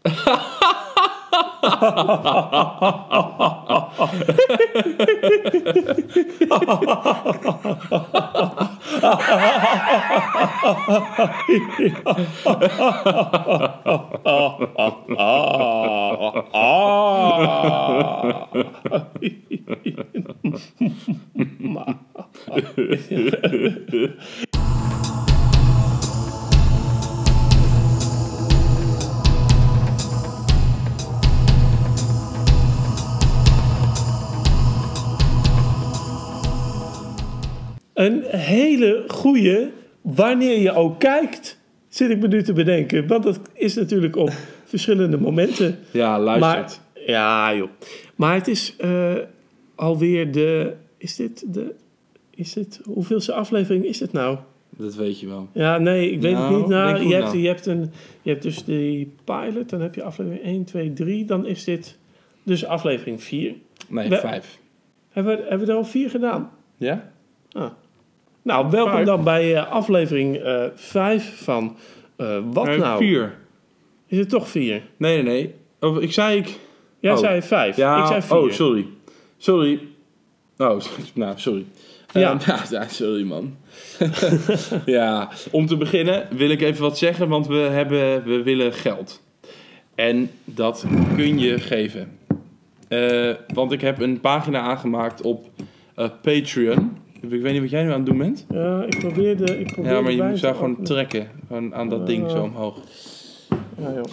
Een hele goeie, wanneer je ook kijkt, zit ik me nu te bedenken. Want dat is natuurlijk op verschillende momenten. Ja, luistert. Maar, ja, joh. Maar het is alweer de... Is dit... Hoeveelste aflevering is het nou? Dat weet je wel. Ja, nee, ik weet het niet. Nou, je hebt dus die pilot, dan heb je aflevering 1, 2, 3. Dan is dit dus aflevering 4. Nee, 5. Hebben we er al 4 gedaan? Ja? Ah. Nou, welkom dan bij aflevering 5 van Wat Nou? 4. Is het toch 4? Nee. Oh, Jij zei 5. Ja, ik zei 4. Oh, sorry. Oh, nou, sorry. Ja. Sorry man. Ja, om te beginnen wil ik even wat zeggen, want we willen geld. En dat kun je geven. Want ik heb een pagina aangemaakt op Patreon. Ik weet niet wat jij nu aan het doen bent. Ja, ik probeerde ja, maar je zou gewoon trekken. Gewoon aan dat ding zo omhoog. Ja, joh.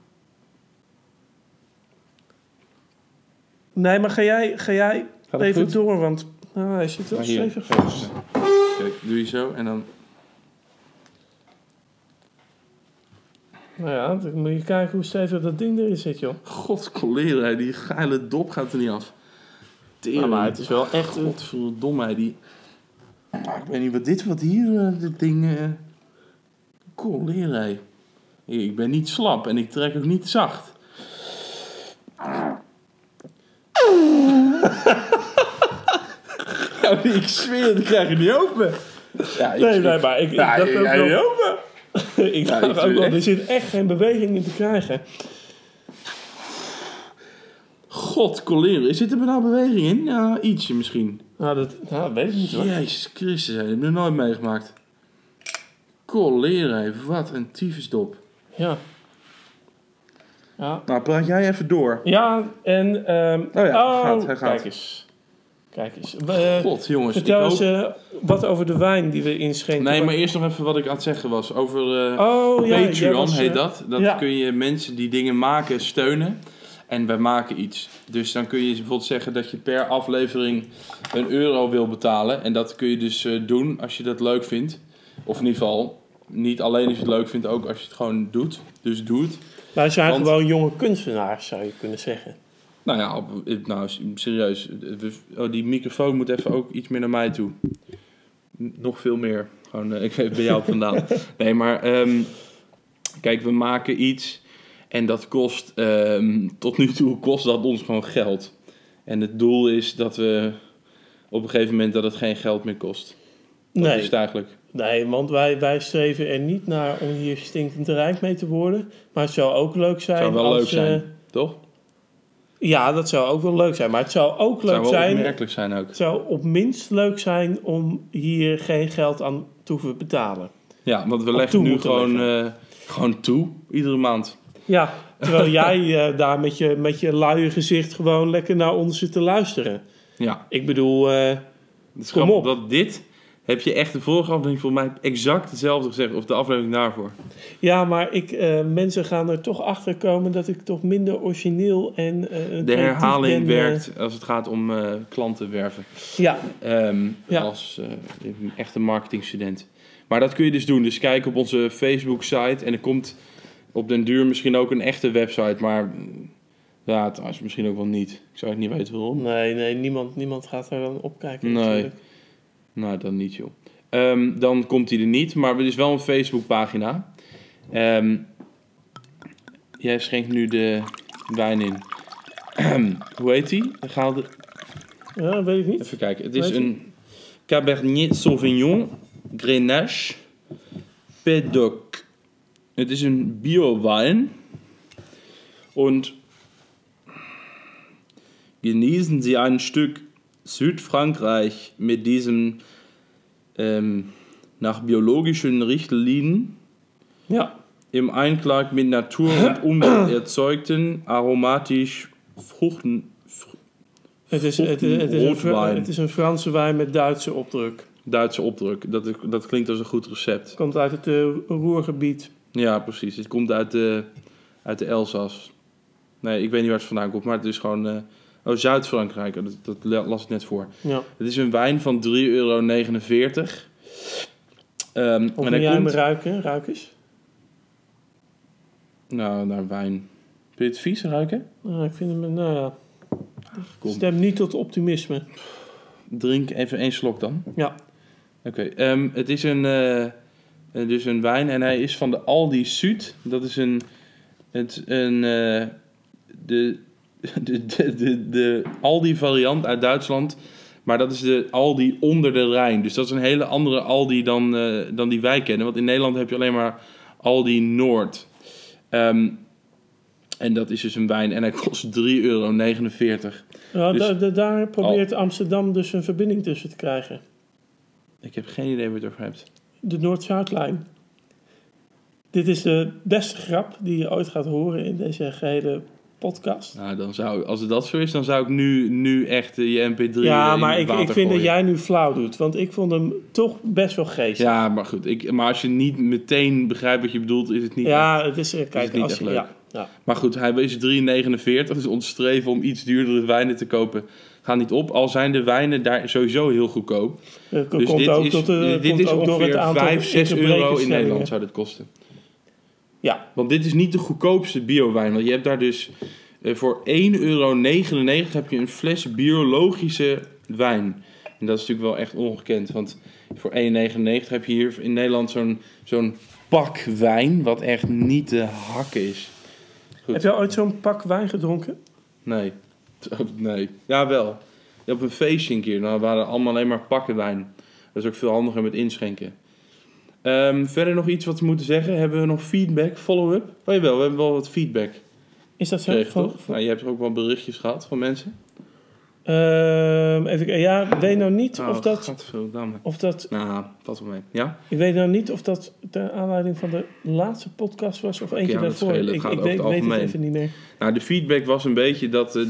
Nee, maar ga jij even goed? Door, want hij zit wel stevig vast. Kijk, doe je zo en dan... Nou ja, dan moet je kijken hoe stevig dat ding erin zit, joh. God, coleren, die geile dop gaat er niet af. Ja, maar het is wel echt... Godverdomme, die... ik weet niet wat hier, dit ding... Coleren, ik ben niet slap en ik trek ook niet zacht. Ja, ik zweer het, ik krijg het niet open. Ja, maar ik dacht ook wel... niet open. Ik dacht ook wel, er zit echt geen beweging in te krijgen. God, coleren. Zit er nou beweging in? Ja, ietsje misschien. Nou, dat weet ik niet hoor. Jezus Christus, dat heb ik nog nooit meegemaakt. Coleren, wat een tyfusdop. Ja. Nou, praat jij even door. Ja, en... hij gaat. Kijk eens. God, jongens. Vertel eens wat over de wijn die we inschenken. Nee, maar eerst nog even wat ik aan het zeggen was. Over Patreon heet dat. Dat kun je mensen die dingen maken steunen. En wij maken iets. Dus dan kun je bijvoorbeeld zeggen dat je per aflevering €1 wil betalen. En dat kun je dus doen als je dat leuk vindt. Of in ieder geval, niet alleen als je het leuk vindt, ook als je het gewoon doet. Dus doe het. Wij zijn gewoon jonge kunstenaars, zou je kunnen zeggen. Nou ja, serieus. Die microfoon moet even ook iets meer naar mij toe. Nog veel meer. Gewoon, ik weet bij jou vandaan. Nee, maar kijk, we maken iets en dat kost, tot nu toe kost dat ons gewoon geld. En het doel is dat we op een gegeven moment dat het geen geld meer kost. Dat is het eigenlijk. Nee, want wij streven er niet naar om hier stinkend rijk mee te worden. Maar het zou ook leuk zijn. Het zou wel leuk zijn, toch? Ja, dat zou ook wel leuk zijn. Maar het zou ook leuk zijn... Het zou wel opmerkelijk zijn ook. Het zou op minst leuk zijn om hier geen geld aan te hoeven betalen. Ja, want we leggen nu gewoon toe, iedere maand. Ja, terwijl jij daar met je luie gezicht gewoon lekker naar ons zit te luisteren. Ja. Ik bedoel, kom op. Dat dit... Heb je echt de vorige aflevering voor mij exact hetzelfde gezegd, of de aflevering daarvoor? Ja, maar mensen gaan er toch achter komen dat ik toch minder origineel en de herhaling werkt als het gaat om klanten werven. Ja. Als een echte marketingstudent. Maar dat kun je dus doen. Dus kijk op onze Facebook-site en er komt op den duur misschien ook een echte website, maar ja, trouwens misschien ook wel niet. Ik zou het niet weten waarom. Nee, niemand gaat er dan op kijken. Nee. Natuurlijk. Nou, dan niet, joh. Dan komt hij er niet, maar er is wel een Facebookpagina. Jij schenkt nu de wijn in. Hoe heet die? Ja, weet ik niet. Even kijken. Het is een Cabernet Sauvignon Grenache Pédoc. Het is een bio-wijn. Und genießen Sie ein Stück Südfrankreich mit diesem nach biologischen Richtlinien Ja. im Einklang mit Natur und Umwelt erzeugten aromatisch Fruchten. Het is een Franse wijn met Duitse opdruk. Duitse opdruk. Dat klinkt als een goed recept. Komt uit het Roergebied. Ja, precies. Het komt uit de Elzas. Nee, ik weet niet waar het vandaan komt, maar het is gewoon... Zuid-Frankrijk. Dat las ik net voor. Ja. Het is een wijn van €3,49. Of jij hem ruiken? Ruik eens. Nou, naar wijn. Vind je het vies ruiken? Ik vind hem... Stem niet tot optimisme. Drink even 1 slok dan. Ja. Oké. Het is dus een wijn en hij is van de Aldi Süd. Dat is de Aldi variant uit Duitsland. Maar dat is de Aldi onder de Rijn. Dus dat is een hele andere Aldi dan die wij kennen. Want in Nederland heb je alleen maar Aldi Noord. En dat is dus een wijn en hij kost €3,49. Ja, Dus daar probeert Amsterdam dus een verbinding tussen te krijgen. Ik heb geen idee waar je het over hebt. De Noord-Zuidlijn. Dit is de beste grap die je ooit gaat horen in deze gehele podcast. Nou, als het dat zo is, dan zou ik nu echt je MP3 Ja, maar in het water ik vind gooien. dat jij nu flauw doet. Want ik vond hem toch best wel geestig. Ja, maar goed. Maar als je niet meteen begrijpt wat je bedoelt, is het niet ja, echt, het is... Kijk, niet als echt je... leuk. Ja. Maar goed, hij is €3,49. Dus ons streven om iets duurdere wijnen te kopen gaat niet op. Al zijn de wijnen daar sowieso heel goedkoop. Het Dus komt dit ook is, door het ongeveer aantal €5-6 in Nederland zou dit kosten. Ja. Want dit is niet de goedkoopste biowijn. Want je hebt daar dus voor €1,99 heb je een fles biologische wijn. En dat is natuurlijk wel echt ongekend. Want voor €1,99 heb je hier in Nederland zo'n pak wijn. Wat echt niet te hakken is. Goed. Heb je ooit zo'n pak wijn gedronken? Nee. Nee. Ja, wel. Ja, op een feestje een keer. Dan waren allemaal alleen maar pakken wijn. Dat is ook veel handiger met inschenken. Verder nog iets wat we moeten zeggen. Hebben we nog feedback, follow-up? Oh jawel, we hebben wel wat feedback Is dat zo? gekregen, toch? Nou, je hebt ook wel berichtjes gehad van mensen. Even, ja, weet nou niet of dat... Godverdamme. Of dat... Nou, valt wel mee. Ja? Ik weet nou niet of dat de aanleiding van de laatste podcast was of eentje Ja, dat daarvoor. schelen. Het gaat Ik over het weet het algemeen. even niet meer. Nou, de feedback was een beetje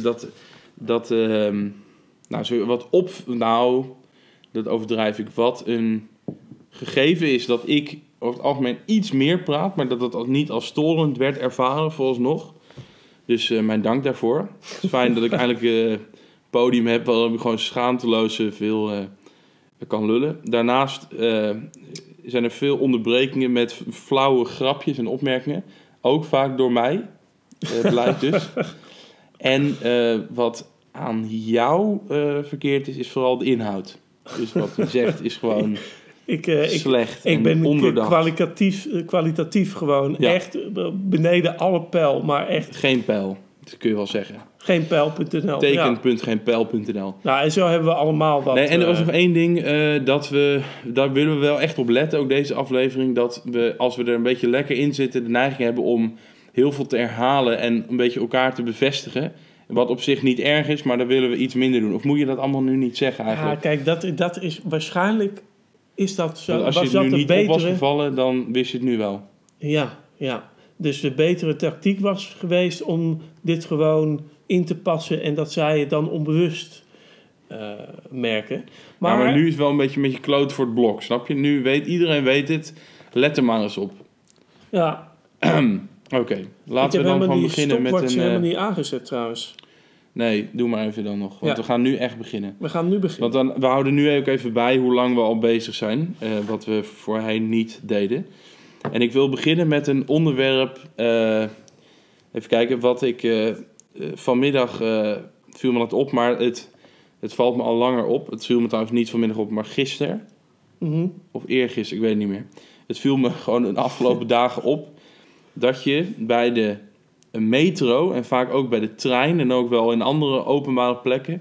dat overdrijf ik. Wat een gegeven is dat ik over het algemeen iets meer praat, maar dat dat niet als storend werd ervaren vooralsnog. Dus mijn dank daarvoor. Het is fijn dat ik eindelijk een podium heb waarop ik gewoon schaamteloos veel kan lullen. Daarnaast zijn er veel onderbrekingen met flauwe grapjes en opmerkingen. Ook vaak door mij, blijkt dus. En wat aan jou verkeerd is vooral de inhoud. Dus wat je zegt is gewoon slecht ik en ben onderdacht. kwalitatief gewoon echt beneden alle pijl, maar echt Geen pijl, dat kun je wel zeggen. geen pijl.nl. Teken.geenpijl.nl. Nou, en zo hebben we allemaal wat... Nee, en er was nog één ding, daar willen we wel echt op letten, ook deze aflevering, dat we, als we er een beetje lekker in zitten, de neiging hebben om heel veel te herhalen en een beetje elkaar te bevestigen. Wat op zich niet erg is, maar daar willen we iets minder doen. Of moet je dat allemaal nu niet zeggen eigenlijk? Ja, kijk, dat is waarschijnlijk... Is dat zo? Want als je was het dat nu de niet op was betere... gevallen, dan wist je het nu wel. Ja. Dus de betere tactiek was geweest om dit gewoon in te passen en dat zij het dan onbewust merken. Maar nu is het wel een beetje met je kloot voor het blok, snap je? Iedereen weet het. Let er maar eens op. Ja. Oké, laten we dan gewoon beginnen met een... helemaal niet aangezet trouwens. Nee, doe maar even dan nog. Want Ja. we gaan nu echt beginnen. We gaan nu beginnen. Want we houden nu ook even bij hoe lang we al bezig zijn. Wat we voorheen niet deden. En ik wil beginnen met een onderwerp. Even kijken wat ik vanmiddag viel me dat op. Maar het valt me al langer op. Het viel me trouwens niet vanmiddag op, maar gisteren. Mhm. Of eergisteren, ik weet het niet meer. Het viel me gewoon de afgelopen dagen op. Dat je bij de metro en vaak ook bij de trein en ook wel in andere openbare plekken,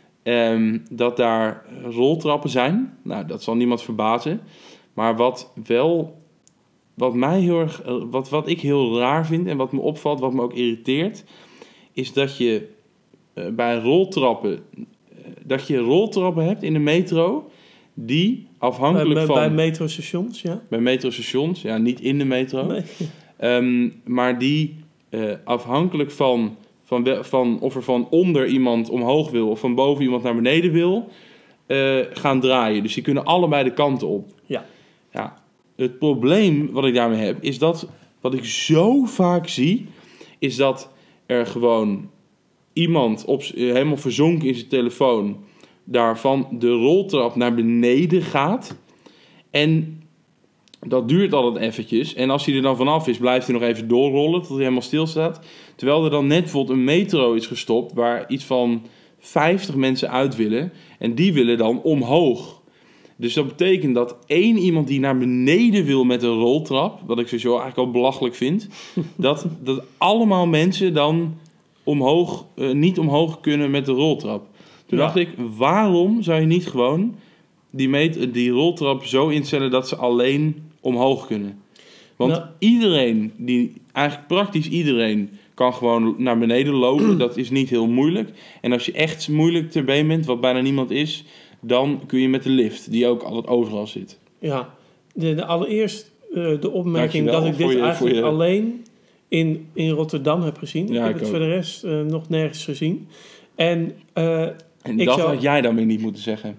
dat daar roltrappen zijn. Nou, dat zal niemand verbazen. Maar wat wat mij heel erg, wat ik heel raar vind en wat me opvalt, wat me ook irriteert, is dat je bij roltrappen, dat je roltrappen hebt in de metro die afhankelijk van... Bij metrostations, ja? Bij metrostations, ja, niet in de metro. Nee. Maar die afhankelijk van of er van onder iemand omhoog wil of van boven iemand naar beneden wil, gaan draaien. Dus die kunnen allebei de kanten op. Ja. Ja, het probleem wat ik daarmee heb, is dat wat ik zo vaak zie, is dat er gewoon iemand helemaal verzonken in zijn telefoon daarvan de roltrap naar beneden gaat. En dat duurt altijd eventjes. En als hij er dan vanaf is, blijft hij nog even doorrollen tot hij helemaal stilstaat. Terwijl er dan net bijvoorbeeld een metro is gestopt waar iets van 50 mensen uit willen. En die willen dan omhoog. Dus dat betekent dat één iemand die naar beneden wil met een roltrap, wat ik sowieso eigenlijk al belachelijk vind, dat allemaal mensen dan niet omhoog kunnen met de roltrap. Toen dacht ik, waarom zou je niet gewoon die roltrap zo instellen dat ze alleen omhoog kunnen? Want eigenlijk praktisch iedereen kan gewoon naar beneden lopen. Dat is niet heel moeilijk. En als je echt moeilijk ter been bent, wat bijna niemand is, dan kun je met de lift, die ook altijd overal zit. Ja, allereerst de opmerking Dankjewel dat ik dit eigenlijk alleen in Rotterdam heb gezien. Ja, ik heb het voor de rest nog nergens gezien. En had jij dan weer niet moeten zeggen.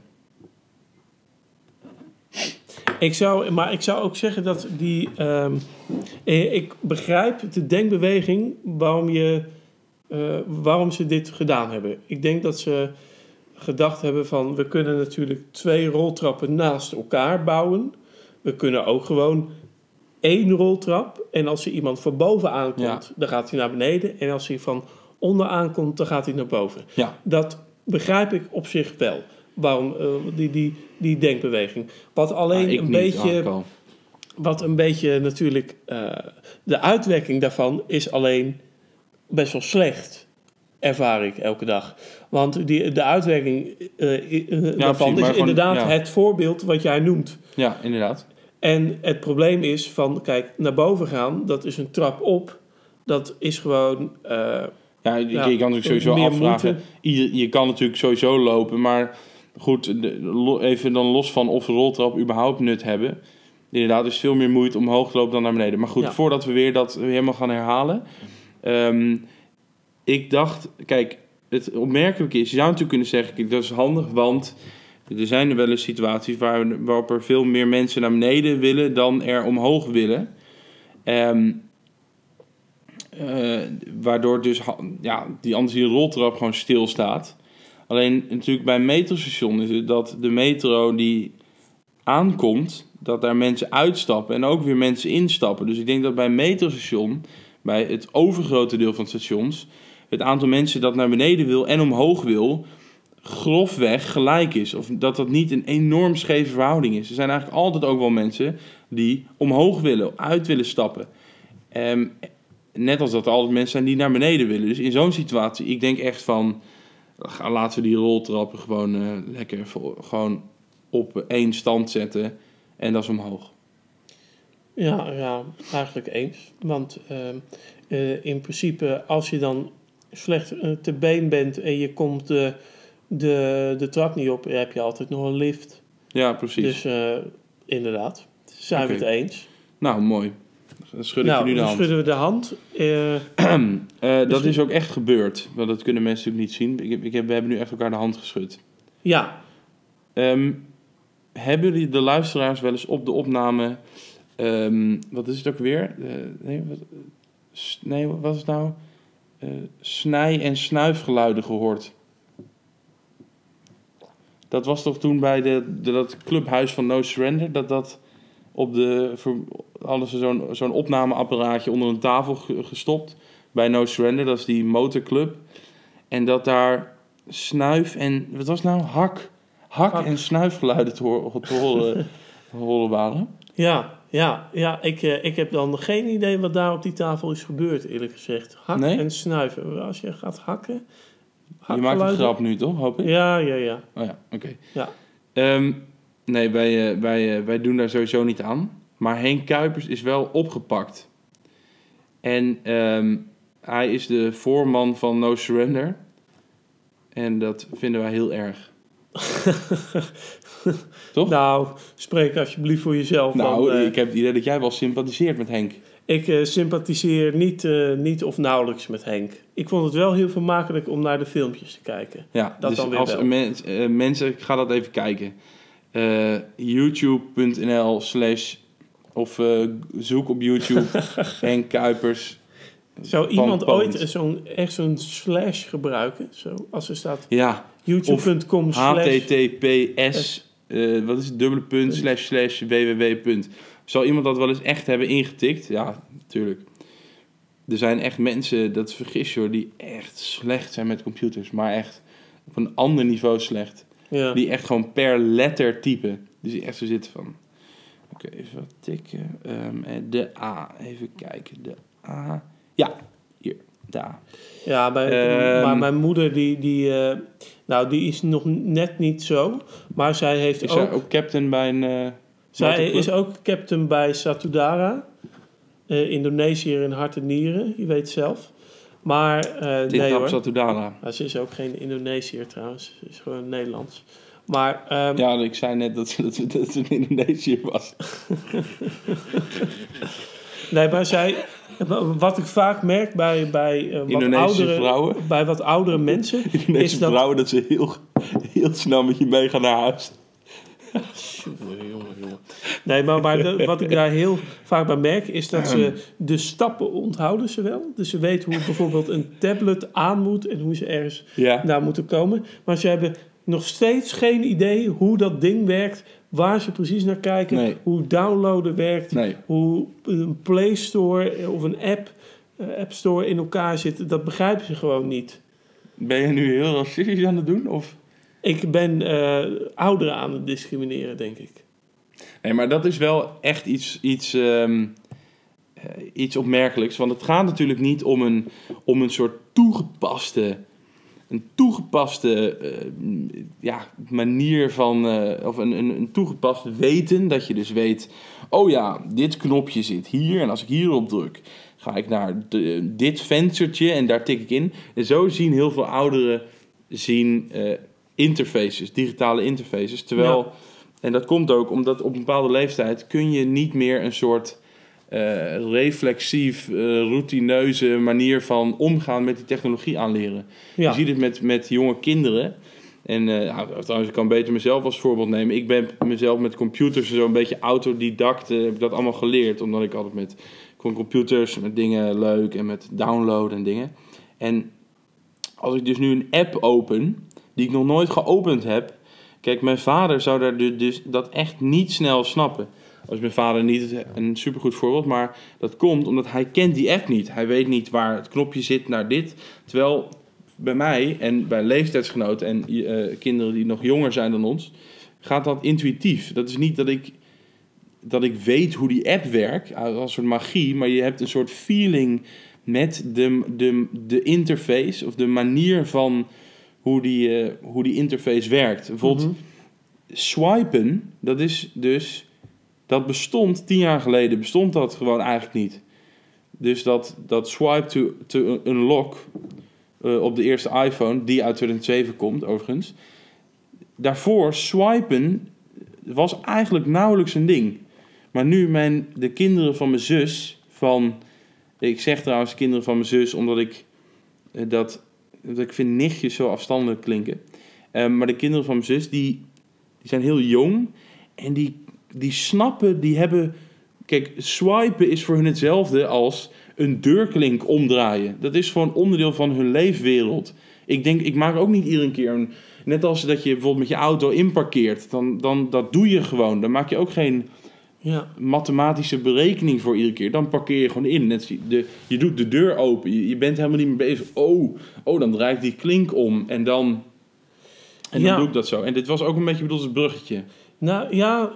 Ik zou ook zeggen dat ik begrijp de denkbeweging waarom ze dit gedaan hebben. Ik denk dat ze gedacht hebben van, we kunnen natuurlijk 2 roltrappen naast elkaar bouwen. We kunnen ook gewoon 1 roltrap. En als er iemand van boven aankomt, dan gaat hij naar beneden. En als hij van onder aankomt, dan gaat hij naar boven. Ja. Dat begrijp ik op zich wel. Waarom die denkbeweging. Wat een beetje natuurlijk de uitwerking daarvan is alleen best wel slecht, ervaar ik elke dag. Want de uitwerking daarvan is inderdaad het voorbeeld wat jij noemt. Ja, inderdaad. En het probleem is van, kijk, naar boven gaan, dat is een trap op. Dat is gewoon... je kan natuurlijk sowieso afvragen. Je kan natuurlijk sowieso lopen, maar goed, even dan los van of de roltrap überhaupt nut hebben. Inderdaad, is veel meer moeite om omhoog te lopen dan naar beneden. Maar goed, voordat we weer dat helemaal gaan herhalen. Ik dacht, kijk, het opmerkelijke is, je zou natuurlijk kunnen zeggen, kijk, dat is handig, want er zijn er wel eens situaties waarop er veel meer mensen naar beneden willen dan er omhoog willen. Waardoor dus die roltrap gewoon stilstaat. Alleen natuurlijk bij een metrostation is het dat de metro die aankomt, dat daar mensen uitstappen en ook weer mensen instappen. Dus ik denk dat bij een metrostation, bij het overgrote deel van stations, het aantal mensen dat naar beneden wil en omhoog wil, grofweg gelijk is. Of dat niet een enorm scheve verhouding is. Er zijn eigenlijk altijd ook wel mensen die omhoog willen, uit willen stappen. Net als dat er altijd mensen zijn die naar beneden willen. Dus in zo'n situatie, ik denk echt van, laten we die roltrappen gewoon lekker gewoon op 1 stand zetten en dat is omhoog. Ja, eigenlijk eens. Want in principe, als je dan slecht te been bent en je komt de trap niet op, heb je altijd nog een lift. Ja, precies. Dus inderdaad, zijn we het eens. Nou, mooi. Dan schud ik je nu de hand. Schudden we de hand. Dat is ook echt gebeurd. Want dat kunnen mensen natuurlijk niet zien. We hebben nu echt elkaar de hand geschud. Ja. Hebben de luisteraars wel eens op de opname... wat is het ook weer? Wat is het nou? Snij- en snuifgeluiden gehoord. Dat was toch toen bij dat clubhuis van No Surrender... dat hadden ze zo'n opnameapparaatje onder een tafel gestopt bij No Surrender, dat is die motorclub. En dat daar snuif en, wat was het nou? Hak en snuifgeluiden te horen waren. Ja, ik heb dan geen idee wat daar op die tafel is gebeurd, eerlijk gezegd. En snuiven. Als je gaat hakken... Je maakt een grap nu, toch? Hoop ik? Ja. Oh ja, oké. Ja. Nee, wij doen daar sowieso niet aan. Maar Henk Kuipers is wel opgepakt. En hij is de voorman van No Surrender. En dat vinden wij heel erg. Toch? Nou, spreek alsjeblieft voor jezelf. Nou, ik heb het idee dat jij wel sympathiseert met Henk. Ik sympathiseer niet of nauwelijks met Henk. Ik vond het wel heel vermakelijk om naar de filmpjes te kijken. Ja, dat dus dan weer als wel. mensen, ik ga dat even kijken. YouTube.nl/ of zoek op YouTube Henk Kuipers. Zou iemand ooit zo'n slash gebruiken? Zo, als er staat youtube.com/ https wat is het? //www. Zal iemand dat wel eens echt hebben ingetikt? Ja, natuurlijk. Er zijn echt mensen, dat vergis je hoor, die echt slecht zijn met computers. Maar echt op een ander niveau slecht. Ja. Die echt gewoon per letter typen. Dus die echt zo zitten van... Oké, even wat tikken. De A, even kijken. De A. Ja, hier, de A. Ja, maar mijn moeder die is nog net niet zo. Maar zij heeft is zij ook captain bij een... zij is ook captain bij Satudara. Indonesiër in hart en nieren, je weet zelf. Maar nee hoor. Satudara. Nou, ze is ook geen Indonesiër trouwens. Ze is gewoon Nederlands. Maar, ja, ik zei net dat ze een Indonesiër was. Nee, maar wat ik vaak merk bij wat oudere mensen... Indonesische vrouwen, dat ze heel snel met je meegaan naar huis. Jongen. Nee, maar wat ik daar heel vaak bij merk... is dat ze de stappen onthouden ze wel. Dus ze weten hoe bijvoorbeeld een tablet aan moet... en hoe ze ergens naar moeten komen. Maar ze hebben nog steeds geen idee hoe dat ding werkt... waar ze precies naar kijken, hoe downloaden werkt... hoe een Play Store of een App Store in elkaar zit. Dat begrijpen ze gewoon niet. Ben je nu heel racistisch aan het doen? Of? Ik ben ouderen aan het discrimineren, denk ik. Nee, maar dat is wel echt iets opmerkelijks. Want het gaat natuurlijk niet om een soort toegepaste manier van... of een toegepast weten. Dat je dus weet... Oh ja, dit knopje zit hier. En als ik hierop druk... ga ik naar dit venstertje en daar tik ik in. En zo zien heel veel ouderen interfaces, digitale interfaces. Terwijl... Ja. En dat komt ook omdat op een bepaalde leeftijd... kun je niet meer een soort... reflexief, routineuze manier van omgaan met die technologie aanleren. Ja. Je ziet het met jonge kinderen. En trouwens, ik kan beter mezelf als voorbeeld nemen. Ik ben mezelf met computers zo'n beetje autodidact, heb ik dat allemaal geleerd. Omdat ik altijd met computers, met dingen leuk en met downloaden en dingen. En als ik dus nu een app open, die ik nog nooit geopend heb. Kijk, mijn vader zou daar dus dat echt niet snel snappen. Als mijn vader niet een supergoed voorbeeld, maar dat komt omdat hij kent die app niet. Hij weet niet waar het knopje zit naar dit. Terwijl bij mij en bij leeftijdsgenoten en kinderen die nog jonger zijn dan ons, gaat dat intuïtief. Dat is niet dat ik weet hoe die app werkt, als een soort magie, maar je hebt een soort feeling met de interface of de manier van hoe die interface werkt. Bijvoorbeeld swipen, dat is dus... Dat bestond 10 jaar geleden, bestond dat gewoon eigenlijk niet. Dus dat swipe to unlock op de eerste iPhone, die uit 2007 komt overigens. Daarvoor swipen was eigenlijk nauwelijks een ding. Maar nu de kinderen van mijn zus, ik zeg trouwens kinderen van mijn zus, omdat ik ik vind nichtjes zo afstandelijk klinken. Maar de kinderen van mijn zus, die zijn heel jong en die snappen, die hebben... Kijk, swipen is voor hun hetzelfde als een deurklink omdraaien. Dat is gewoon onderdeel van hun leefwereld. Ik maak ook niet iedere keer net als dat je bijvoorbeeld met je auto inparkeert. Dan dat doe je gewoon. Dan maak je ook geen mathematische berekening voor iedere keer. Dan parkeer je gewoon in. Je doet de deur open. Je bent helemaal niet meer bezig. Oh, dan draait die klink om. En dan doe ik dat zo. En dit was ook een beetje bedoeld als een bruggetje. Nou ja,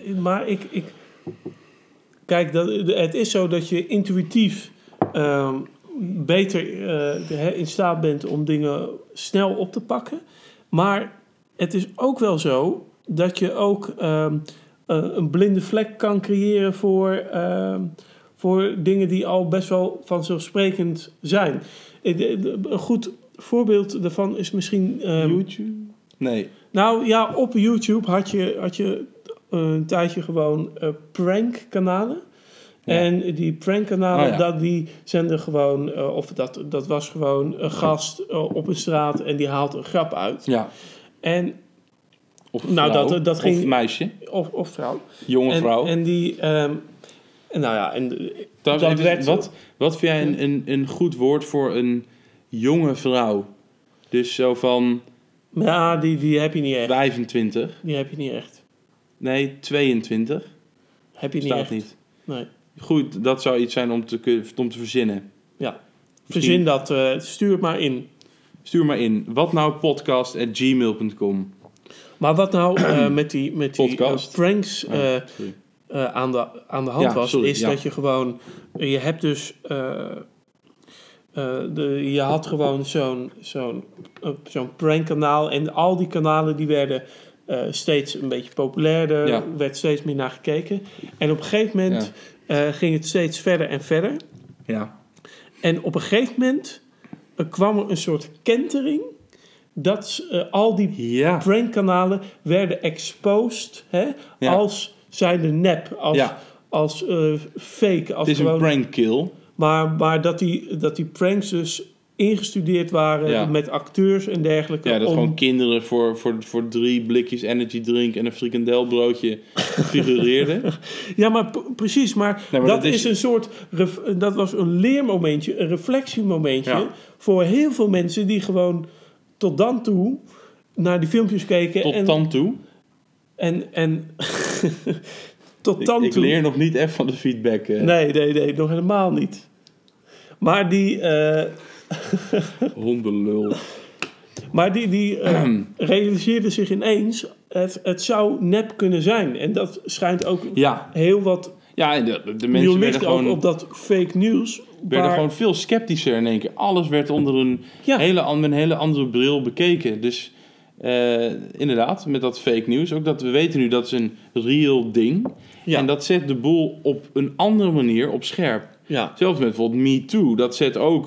kijk, het is zo dat je intuïtief beter in staat bent om dingen snel op te pakken. Maar het is ook wel zo dat je ook een blinde vlek kan creëren voor dingen die al best wel vanzelfsprekend zijn. Een goed voorbeeld daarvan is misschien... YouTube? Nee. Nou ja, op YouTube had je een tijdje gewoon prankkanalen. Ja. En die prankkanalen, die zenden gewoon... dat was gewoon een gast op een straat en die haalt een grap uit. Ja. En... Of vrouw, dat ging, of meisje. Of vrouw. Jonge vrouw. En die... Wat vind jij een goed woord voor een jonge vrouw? Dus zo van... Ja, die heb je niet echt. 25. Die heb je niet echt. Nee, 22. Heb je Staat niet echt. Niet. Nee. Goed, dat zou iets zijn om te verzinnen. Ja. Verzin dat. Stuur het maar in. Stuur maar in. Wat nou podcast@gmail.com. Maar wat nou met die pranks aan de hand was... is dat je gewoon... Je hebt dus... je had gewoon zo'n prankkanaal... en al die kanalen die werden steeds een beetje populairder... Ja. werd steeds meer naar gekeken. En op een gegeven moment ging het steeds verder en verder. Ja. En op een gegeven moment kwam er een soort kentering... dat al die prankkanalen werden exposed als zijnde nep, als fake. Als het is gewoon een prankkill. Maar dat die pranks dus ingestudeerd waren met acteurs en dergelijke. Ja, dat gewoon kinderen voor 3 blikjes energy drink en een frikandelbroodje figureerden. Ja, maar precies. Maar dat is een soort... Dat was een leermomentje, een reflectiemomentje... voor heel veel mensen die gewoon... tot dan toe naar die filmpjes keken. Tot dan toe? En tot dan toe. Ik leer nog niet echt van de feedback. Nee, nog helemaal niet. Maar die... Hondenlul. Maar die realiseerde zich ineens... Het zou nep kunnen zijn. En dat schijnt ook heel wat... Ja, de mensen werden gewoon... ook op dat fake news... werden gewoon veel sceptischer in één keer. Alles werd onder een hele andere bril bekeken. Dus inderdaad, met dat fake news. Ook dat we weten nu dat is een real ding. Ja. En dat zet de boel op een andere manier op scherp. Ja. Zelfs met bijvoorbeeld Me Too. Dat zet ook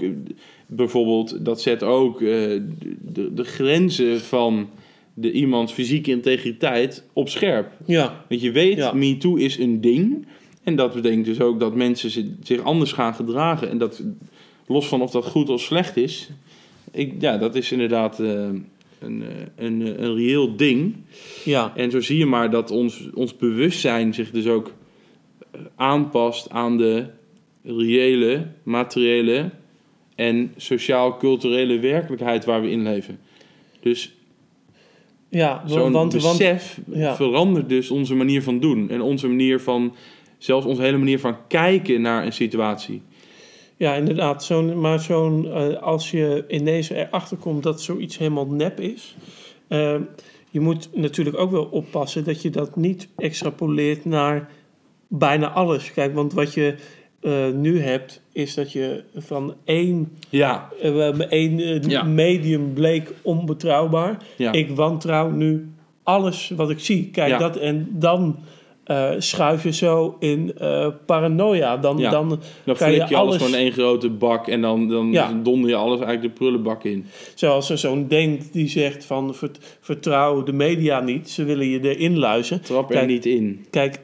de grenzen van iemands fysieke integriteit op scherp. Ja. Want je weet, Me Too is een ding... En dat betekent dus ook dat mensen zich anders gaan gedragen. En dat, los van of dat goed of slecht is... dat is inderdaad een reëel ding. Ja. En zo zie je maar dat ons bewustzijn zich dus ook aanpast aan de reële, materiële... en sociaal-culturele werkelijkheid waar we in leven. Dus zo'n besef verandert dus onze manier van doen. En onze manier van... Zelfs onze hele manier van kijken naar een situatie. Ja, inderdaad. Als je ineens erachter komt dat zoiets helemaal nep is... je moet natuurlijk ook wel oppassen dat je dat niet extrapoleert naar bijna alles. Kijk, want wat je nu hebt, is dat je van één medium bleek onbetrouwbaar. Ja. Ik wantrouw nu alles wat ik zie. Kijk, dat en dan... schuif je zo in paranoia. Dan flik je alles gewoon in één grote bak... en dan donder je alles eigenlijk de prullenbak in. Zoals er zo'n denkt die zegt van... vertrouw de media niet, ze willen je erin luizen. Trap er niet in. Kijk,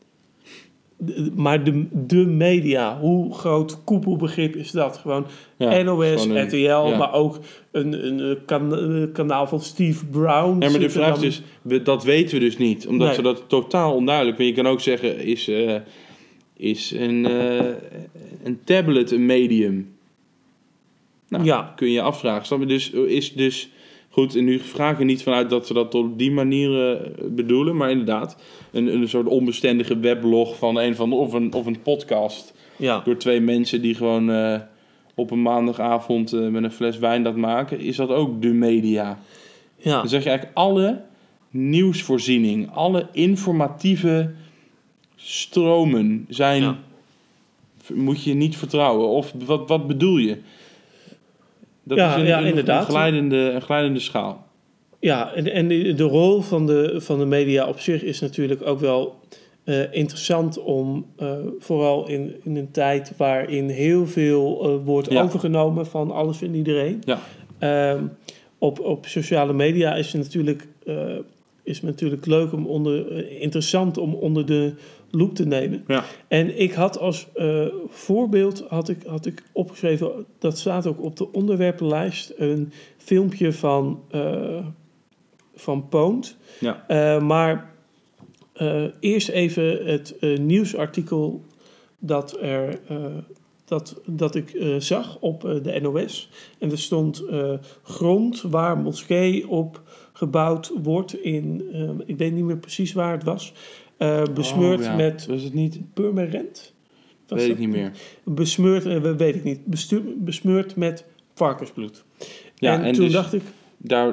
maar de media, hoe groot koepelbegrip is dat? Gewoon NOS, RTL, maar ook een kanaal van Steve Brown. Ja, maar de vraag is dus, dat weten we dus niet. Omdat ze dat totaal onduidelijk... Want je kan ook zeggen, is een tablet een medium? Nou, kun je afvragen. Snap je? Dus is dus... Goed, en nu vraag ik niet vanuit dat ze dat op die manier bedoelen... maar inderdaad, een soort onbestendige weblog van of een podcast... door 2 mensen die gewoon op een maandagavond met een fles wijn dat maken... is dat ook de media. Ja. Dan zeg je eigenlijk alle nieuwsvoorziening, alle informatieve stromen zijn... moet je niet vertrouwen. Of wat bedoel je? Dat is inderdaad. Een glijdende schaal. Ja, en de rol van de media op zich is natuurlijk ook wel interessant om, vooral in een tijd waarin heel veel wordt overgenomen van alles en iedereen. Ja. Op sociale media is het natuurlijk leuk interessant om onder de loep te nemen. Ja. En ik had als voorbeeld had ik opgeschreven, dat staat ook op de onderwerpenlijst, een filmpje van Poont. Ja. Maar eerst even het nieuwsartikel dat ik zag op de NOS. En er stond grond waar moskee op gebouwd wordt in, ik weet niet meer precies waar het was, besmeurd met... Was het niet? Purmerend? Weet ik niet meer. Besmeurd, weet ik niet. Besmeurd met varkensbloed. Ja, en toen dus dacht ik... Daar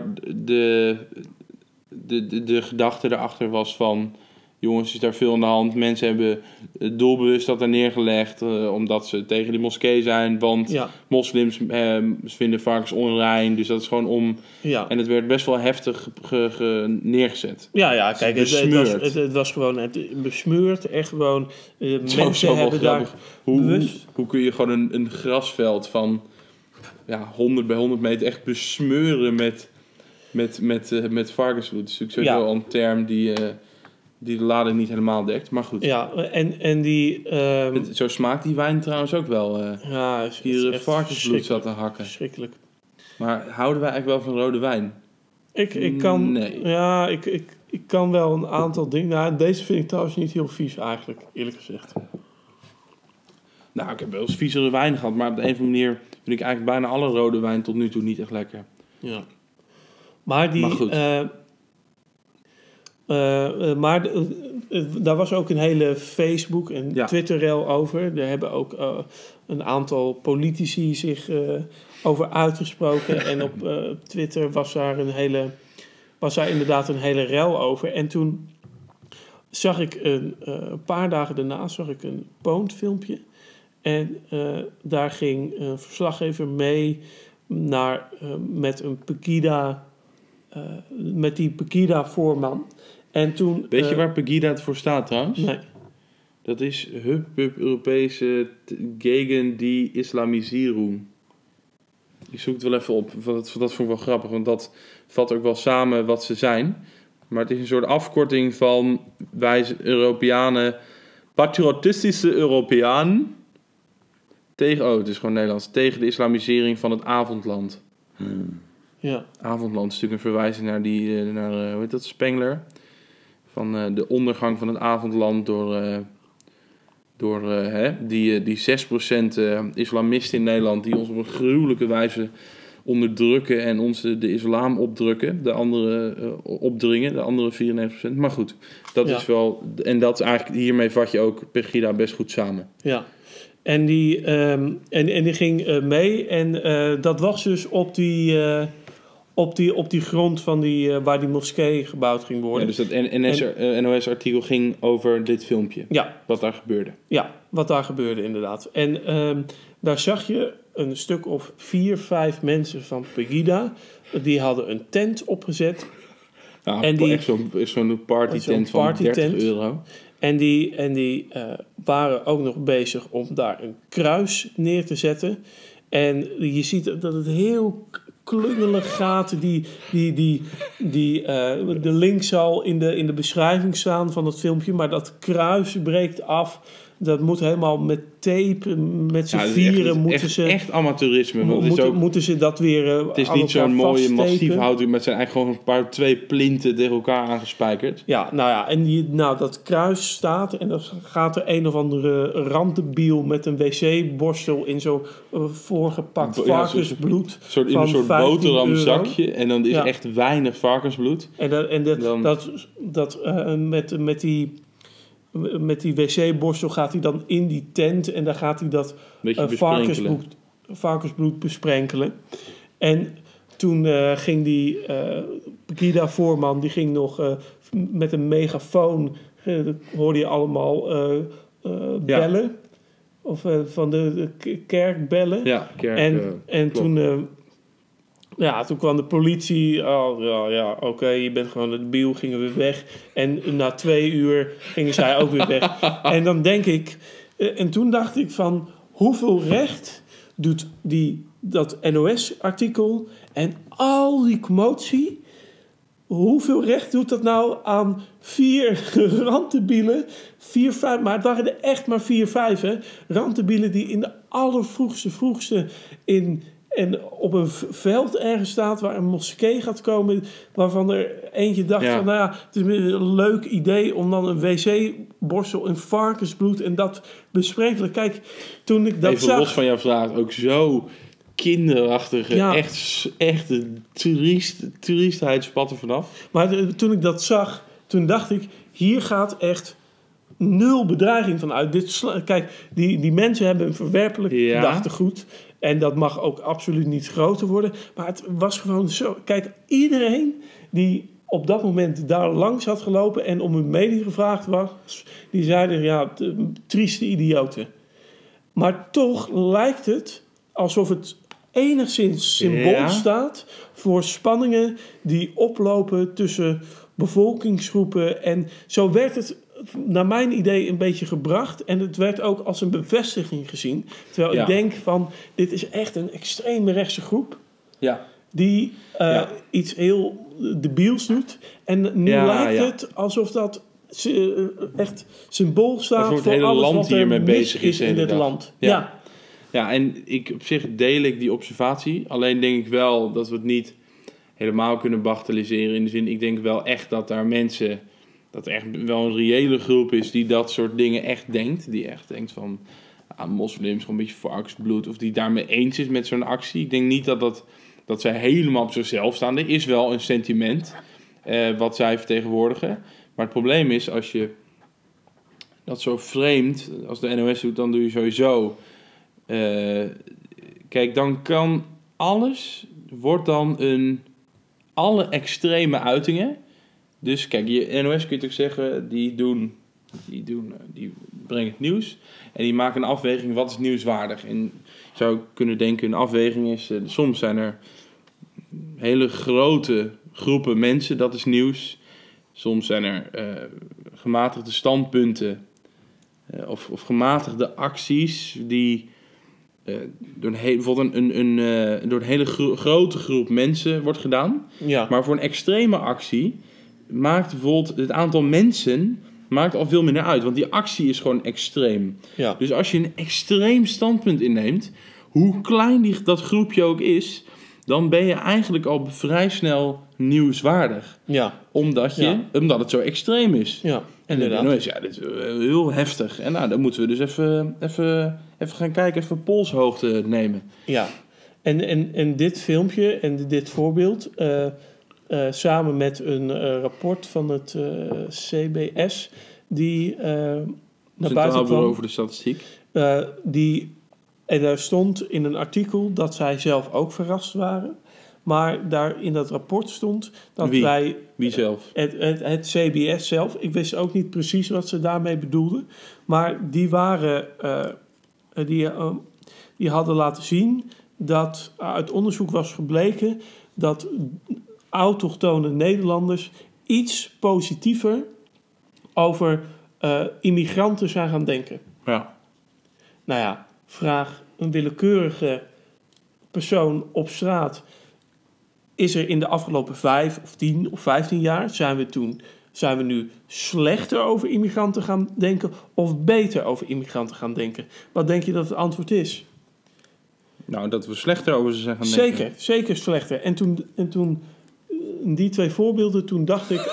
de gedachte erachter was van... Jongens, is daar veel aan de hand. Mensen hebben doelbewust dat er neergelegd... omdat ze tegen de moskee zijn. Want moslims vinden varkens onrein. Dus dat is gewoon om... Ja. En het werd best wel heftig neergezet. Ja, kijk, het was gewoon besmeurd. Echt gewoon... mensen hebben daar hoe kun je gewoon een grasveld van... 100 bij 100 meter echt besmeuren met varkensbloed. Dat is natuurlijk sowieso al een term die de lading niet helemaal dekt. Maar goed. Ja, en die... Zo smaakt die wijn trouwens ook wel. Hier varkensbloed zat te hakken. Verschrikkelijk. Maar houden wij eigenlijk wel van rode wijn? Ik kan... Nee. Ja, ik kan wel een aantal dingen... Nou, deze vind ik trouwens niet heel vies eigenlijk, eerlijk gezegd. Nou, ik heb wel eens viezere wijn gehad. Maar op de een of andere manier vind ik eigenlijk bijna alle rode wijn tot nu toe niet echt lekker. Ja. Maar goed. Daar was ook een hele Facebook- en Twitter-rel over. Daar hebben ook een aantal politici zich over uitgesproken. En op Twitter was daar inderdaad een hele rel over. En toen zag ik een paar dagen daarna een Poont-filmpje. En daar ging een verslaggever mee met een Pegida... met die Pegida-voorman. En toen... Weet je waar Pegida het voor staat trouwens? Nee. Dat is Hub Europese Gegen die Islamisierung. Ik zoek het wel even op. Dat vond ik wel grappig, want dat vat ook wel samen wat ze zijn. Maar het is een soort afkorting van wij Europeanen, patriotistische Europeanen, het is gewoon Nederlands, tegen de islamisering van het avondland. Ja. Avondland is natuurlijk een verwijzing naar hoe heet dat, Spengler. Van de ondergang van het avondland door die 6% islamisten in Nederland die ons op een gruwelijke wijze onderdrukken en ons de islam opdrukken, de andere opdringen, de andere 94%. Maar goed, dat is wel... En dat is eigenlijk, hiermee vat je ook Pegida best goed samen. Ja. En die ging mee en dat was dus op die grond van waar die moskee gebouwd ging worden. Ja, dus dat NOS-artikel ging over dit filmpje. Ja. Wat daar gebeurde. Ja, wat daar gebeurde inderdaad. En daar zag je een stuk of 4-5 mensen van Pegida. Die hadden een tent opgezet. Ja, en echt zo'n partytent van €30. En die waren ook nog bezig om daar een kruis neer te zetten. En je ziet dat het heel klungelig gaat. De link zal in de beschrijving staan van het filmpje. Maar dat kruis breekt af. Dat moet helemaal met tape, met z'n vieren moeten ze... Echt amateurisme. Moeten ze dat weer het is niet zo'n mooie massief hout, maar het zijn eigenlijk gewoon twee plinten tegen elkaar aangespijkerd. Ja, nou ja, en dat kruis staat en dan gaat er een of andere randebiel met een wc-borstel in zo'n voorgepakt varkensbloed. In een soort boterhamzakje en dan is echt weinig varkensbloed. Met die wc-borstel gaat hij dan in die tent en daar gaat hij dat varkensbloed besprenkelen. En toen ging die Pegida-voorman, die ging nog met een megafoon, hoorde je allemaal bellen. Of van de kerk bellen. Ja, kerk. En toen Ja, toen kwam de politie. Oh, ja, oké, je bent gewoon een debiel, gingen we weg. En na 2 uur gingen zij ook weer weg. En dan denk ik... en toen dacht ik van... Hoeveel recht doet dat NOS-artikel... en al die commotie... Hoeveel recht doet dat nou aan 4 randdebielen? 4, 5, maar het waren er echt maar 4, 5, hè? Randdebielen die in de allervroegste en op een veld ergens staat waar een moskee gaat komen, waarvan er eentje dacht van, nou ja, het is een leuk idee om dan een wc-borstel in varkensbloed en dat besprenkelijk. Kijk, toen ik dat even zag... los van jouw vraag, ook zo kinderachtige, echt een triestheid spat er vanaf. Maar toen ik dat zag, toen dacht ik, hier gaat echt 0 bedreiging van uit. Kijk, die mensen hebben een verwerpelijk gedachtegoed. En dat mag ook absoluut niet groter worden. Maar het was gewoon zo. Kijk, iedereen die op dat moment daar langs had gelopen en om hun mening gevraagd was, die zeiden, trieste idioten. Maar toch lijkt het alsof het enigszins symbool staat voor spanningen die oplopen tussen bevolkingsgroepen. En zo werd het naar mijn idee een beetje gebracht. En het werd ook als een bevestiging gezien. Terwijl ik denk van, dit is echt een extreme rechtse groep. Ja. Die iets heel debiels doet. En nu lijkt het alsof dat echt symbool staat voor alles wat er hiermee bezig is in dit land. Ja, en op zich deel ik die observatie. Alleen denk ik wel dat we het niet helemaal kunnen bagatelliseren. In de zin, ik denk wel echt dat daar mensen... dat er echt wel een reële groep is die dat soort dingen echt denkt. Die echt denkt van... moslims, gewoon een beetje varkensbloed. Of die daarmee eens is met zo'n actie. Ik denk niet dat zij helemaal op zichzelf staan. Er is wel een sentiment wat zij vertegenwoordigen. Maar het probleem is, als je dat zo framed, als de NOS doet, dan doe je sowieso... kijk, dan kan wordt dan alle extreme uitingen. Dus kijk, je NOS kun je toch zeggen, die brengen het nieuws en die maken een afweging, wat is nieuwswaardig. En je zou kunnen denken, een afweging is, soms zijn er hele grote groepen mensen, dat is nieuws. Soms zijn er gematigde standpunten of gematigde acties die door een hele grote groep mensen wordt gedaan. Ja. Maar voor een extreme actie maakt bijvoorbeeld het aantal mensen al veel minder uit. Want die actie is gewoon extreem. Ja. Dus als je een extreem standpunt inneemt, hoe klein dat groepje ook is, dan ben je eigenlijk al vrij snel nieuwswaardig. Ja. Omdat het zo extreem is. Ja. En dan denk je, dit is heel heftig. En dan moeten we dus even gaan kijken, even polshoogte nemen. Ja, en dit filmpje en dit voorbeeld, samen met een rapport van het CBS, die naar buiten kwam over de statistiek. En daar stond in een artikel dat zij zelf ook verrast waren. Maar daar in dat rapport stond dat Wie zelf? Het CBS zelf. Ik wist ook niet precies wat ze daarmee bedoelden. Maar die waren... die hadden laten zien dat uit onderzoek was gebleken dat autochtone Nederlanders iets positiever over immigranten zijn gaan denken. Ja. Nou ja, vraag een willekeurige persoon op straat: is er in de afgelopen 5 of 10 of 15 jaar... zijn we nu slechter over immigranten gaan denken of beter over immigranten gaan denken? Wat denk je dat het antwoord is? Nou, dat we slechter over ze zijn gaan denken. Zeker slechter. En toen die 2 voorbeelden, toen dacht ik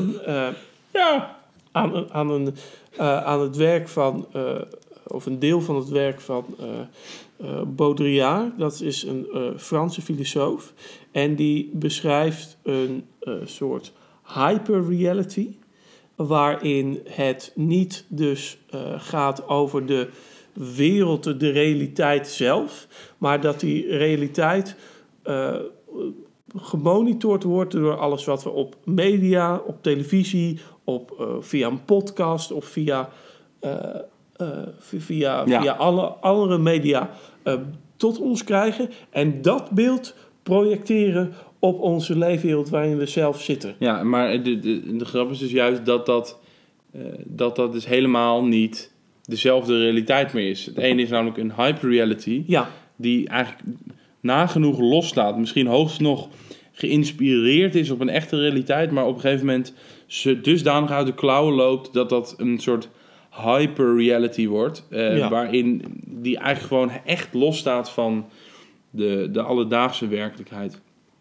aan het werk van... of een deel van het werk van Baudrillard. Dat is een Franse filosoof. En die beschrijft een soort hyperreality, waarin het niet dus gaat over de wereld, de realiteit zelf, maar dat die realiteit gemonitord wordt door alles wat we op media, op televisie, via een podcast of via alle andere media tot ons krijgen. En dat beeld projecteren op onze leefwereld waarin we zelf zitten. Ja, maar de grap is dus juist dat dus helemaal niet dezelfde realiteit meer is. Het ene is namelijk een hyperreality Ja, die eigenlijk nagenoeg losstaat. Misschien hoogst nog geïnspireerd is op een echte realiteit, maar op een gegeven moment dusdanig uit de klauwen loopt dat een soort hyperreality wordt. Waarin die eigenlijk gewoon echt losstaat van de alledaagse werkelijkheid.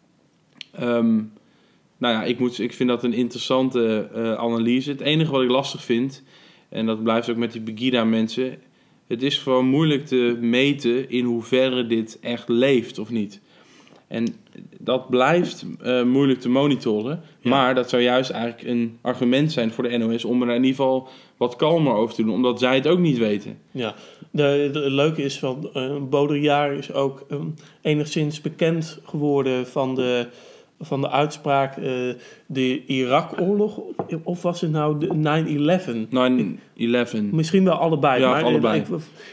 Ik vind dat een interessante analyse. Het enige wat ik lastig vind, en dat blijft ook met die Pegida-mensen, het is gewoon moeilijk te meten in hoeverre dit echt leeft of niet. En dat blijft moeilijk te monitoren. Ja. Maar dat zou juist eigenlijk een argument zijn voor de NOS om er in ieder geval wat kalmer over te doen, omdat zij het ook niet weten. Ja, de leuke is van Baudrillard is ook enigszins bekend geworden van de uitspraak de Irak-oorlog, of was het nou de 9/11? Misschien wel allebei. Ja, maar allebei.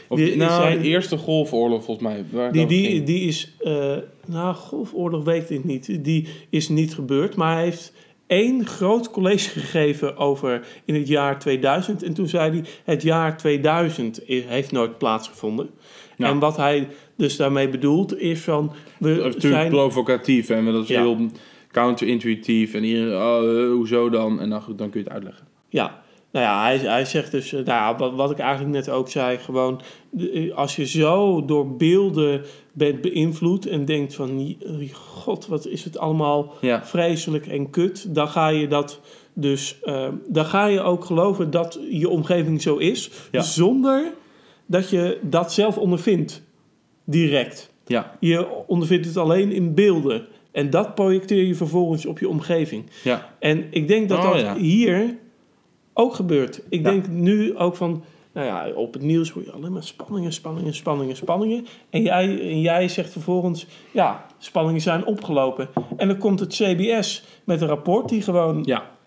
De eerste golfoorlog volgens mij. Die is, golfoorlog weet ik niet. Die is niet gebeurd, maar hij heeft 1 groot college gegeven over in het jaar 2000. En toen zei hij, het jaar 2000 heeft nooit plaatsgevonden. Ja. En wat hij dus daarmee bedoelt is van... Natuurlijk provocatief en dat is heel counterintuïtief. En hoezo dan? En dan kun je het uitleggen. Ja, nou ja, hij zegt dus... wat ik eigenlijk net ook zei, gewoon... Als je zo door beelden bent beïnvloed en denkt van... God, wat is het allemaal vreselijk en kut. Dan ga je dat dus... dan ga je ook geloven dat je omgeving zo is. Ja. Zonder dat je dat zelf ondervindt. Direct. Ja. Je ondervindt het alleen in beelden. En dat projecteer je vervolgens op je omgeving. Ja. En ik denk dat hier ook gebeurt. Ik denk nu ook van... op het nieuws hoor je alleen maar spanningen. En jij zegt vervolgens... Ja, spanningen zijn opgelopen. En dan komt het CBS met een rapport die gewoon...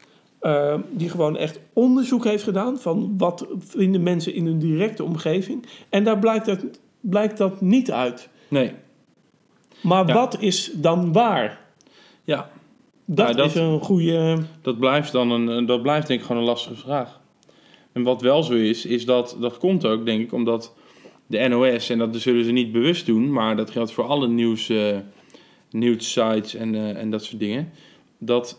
die gewoon echt onderzoek heeft gedaan... van wat vinden mensen in hun directe omgeving. En daar blijkt dat niet uit. Nee. Maar wat is dan waar? Ja. Dat is een goede... Dat blijft denk ik gewoon een lastige vraag. En wat wel zo is dat komt ook, denk ik, omdat de NOS... en dat zullen ze niet bewust doen... maar dat geldt voor alle nieuwssites en dat soort dingen... dat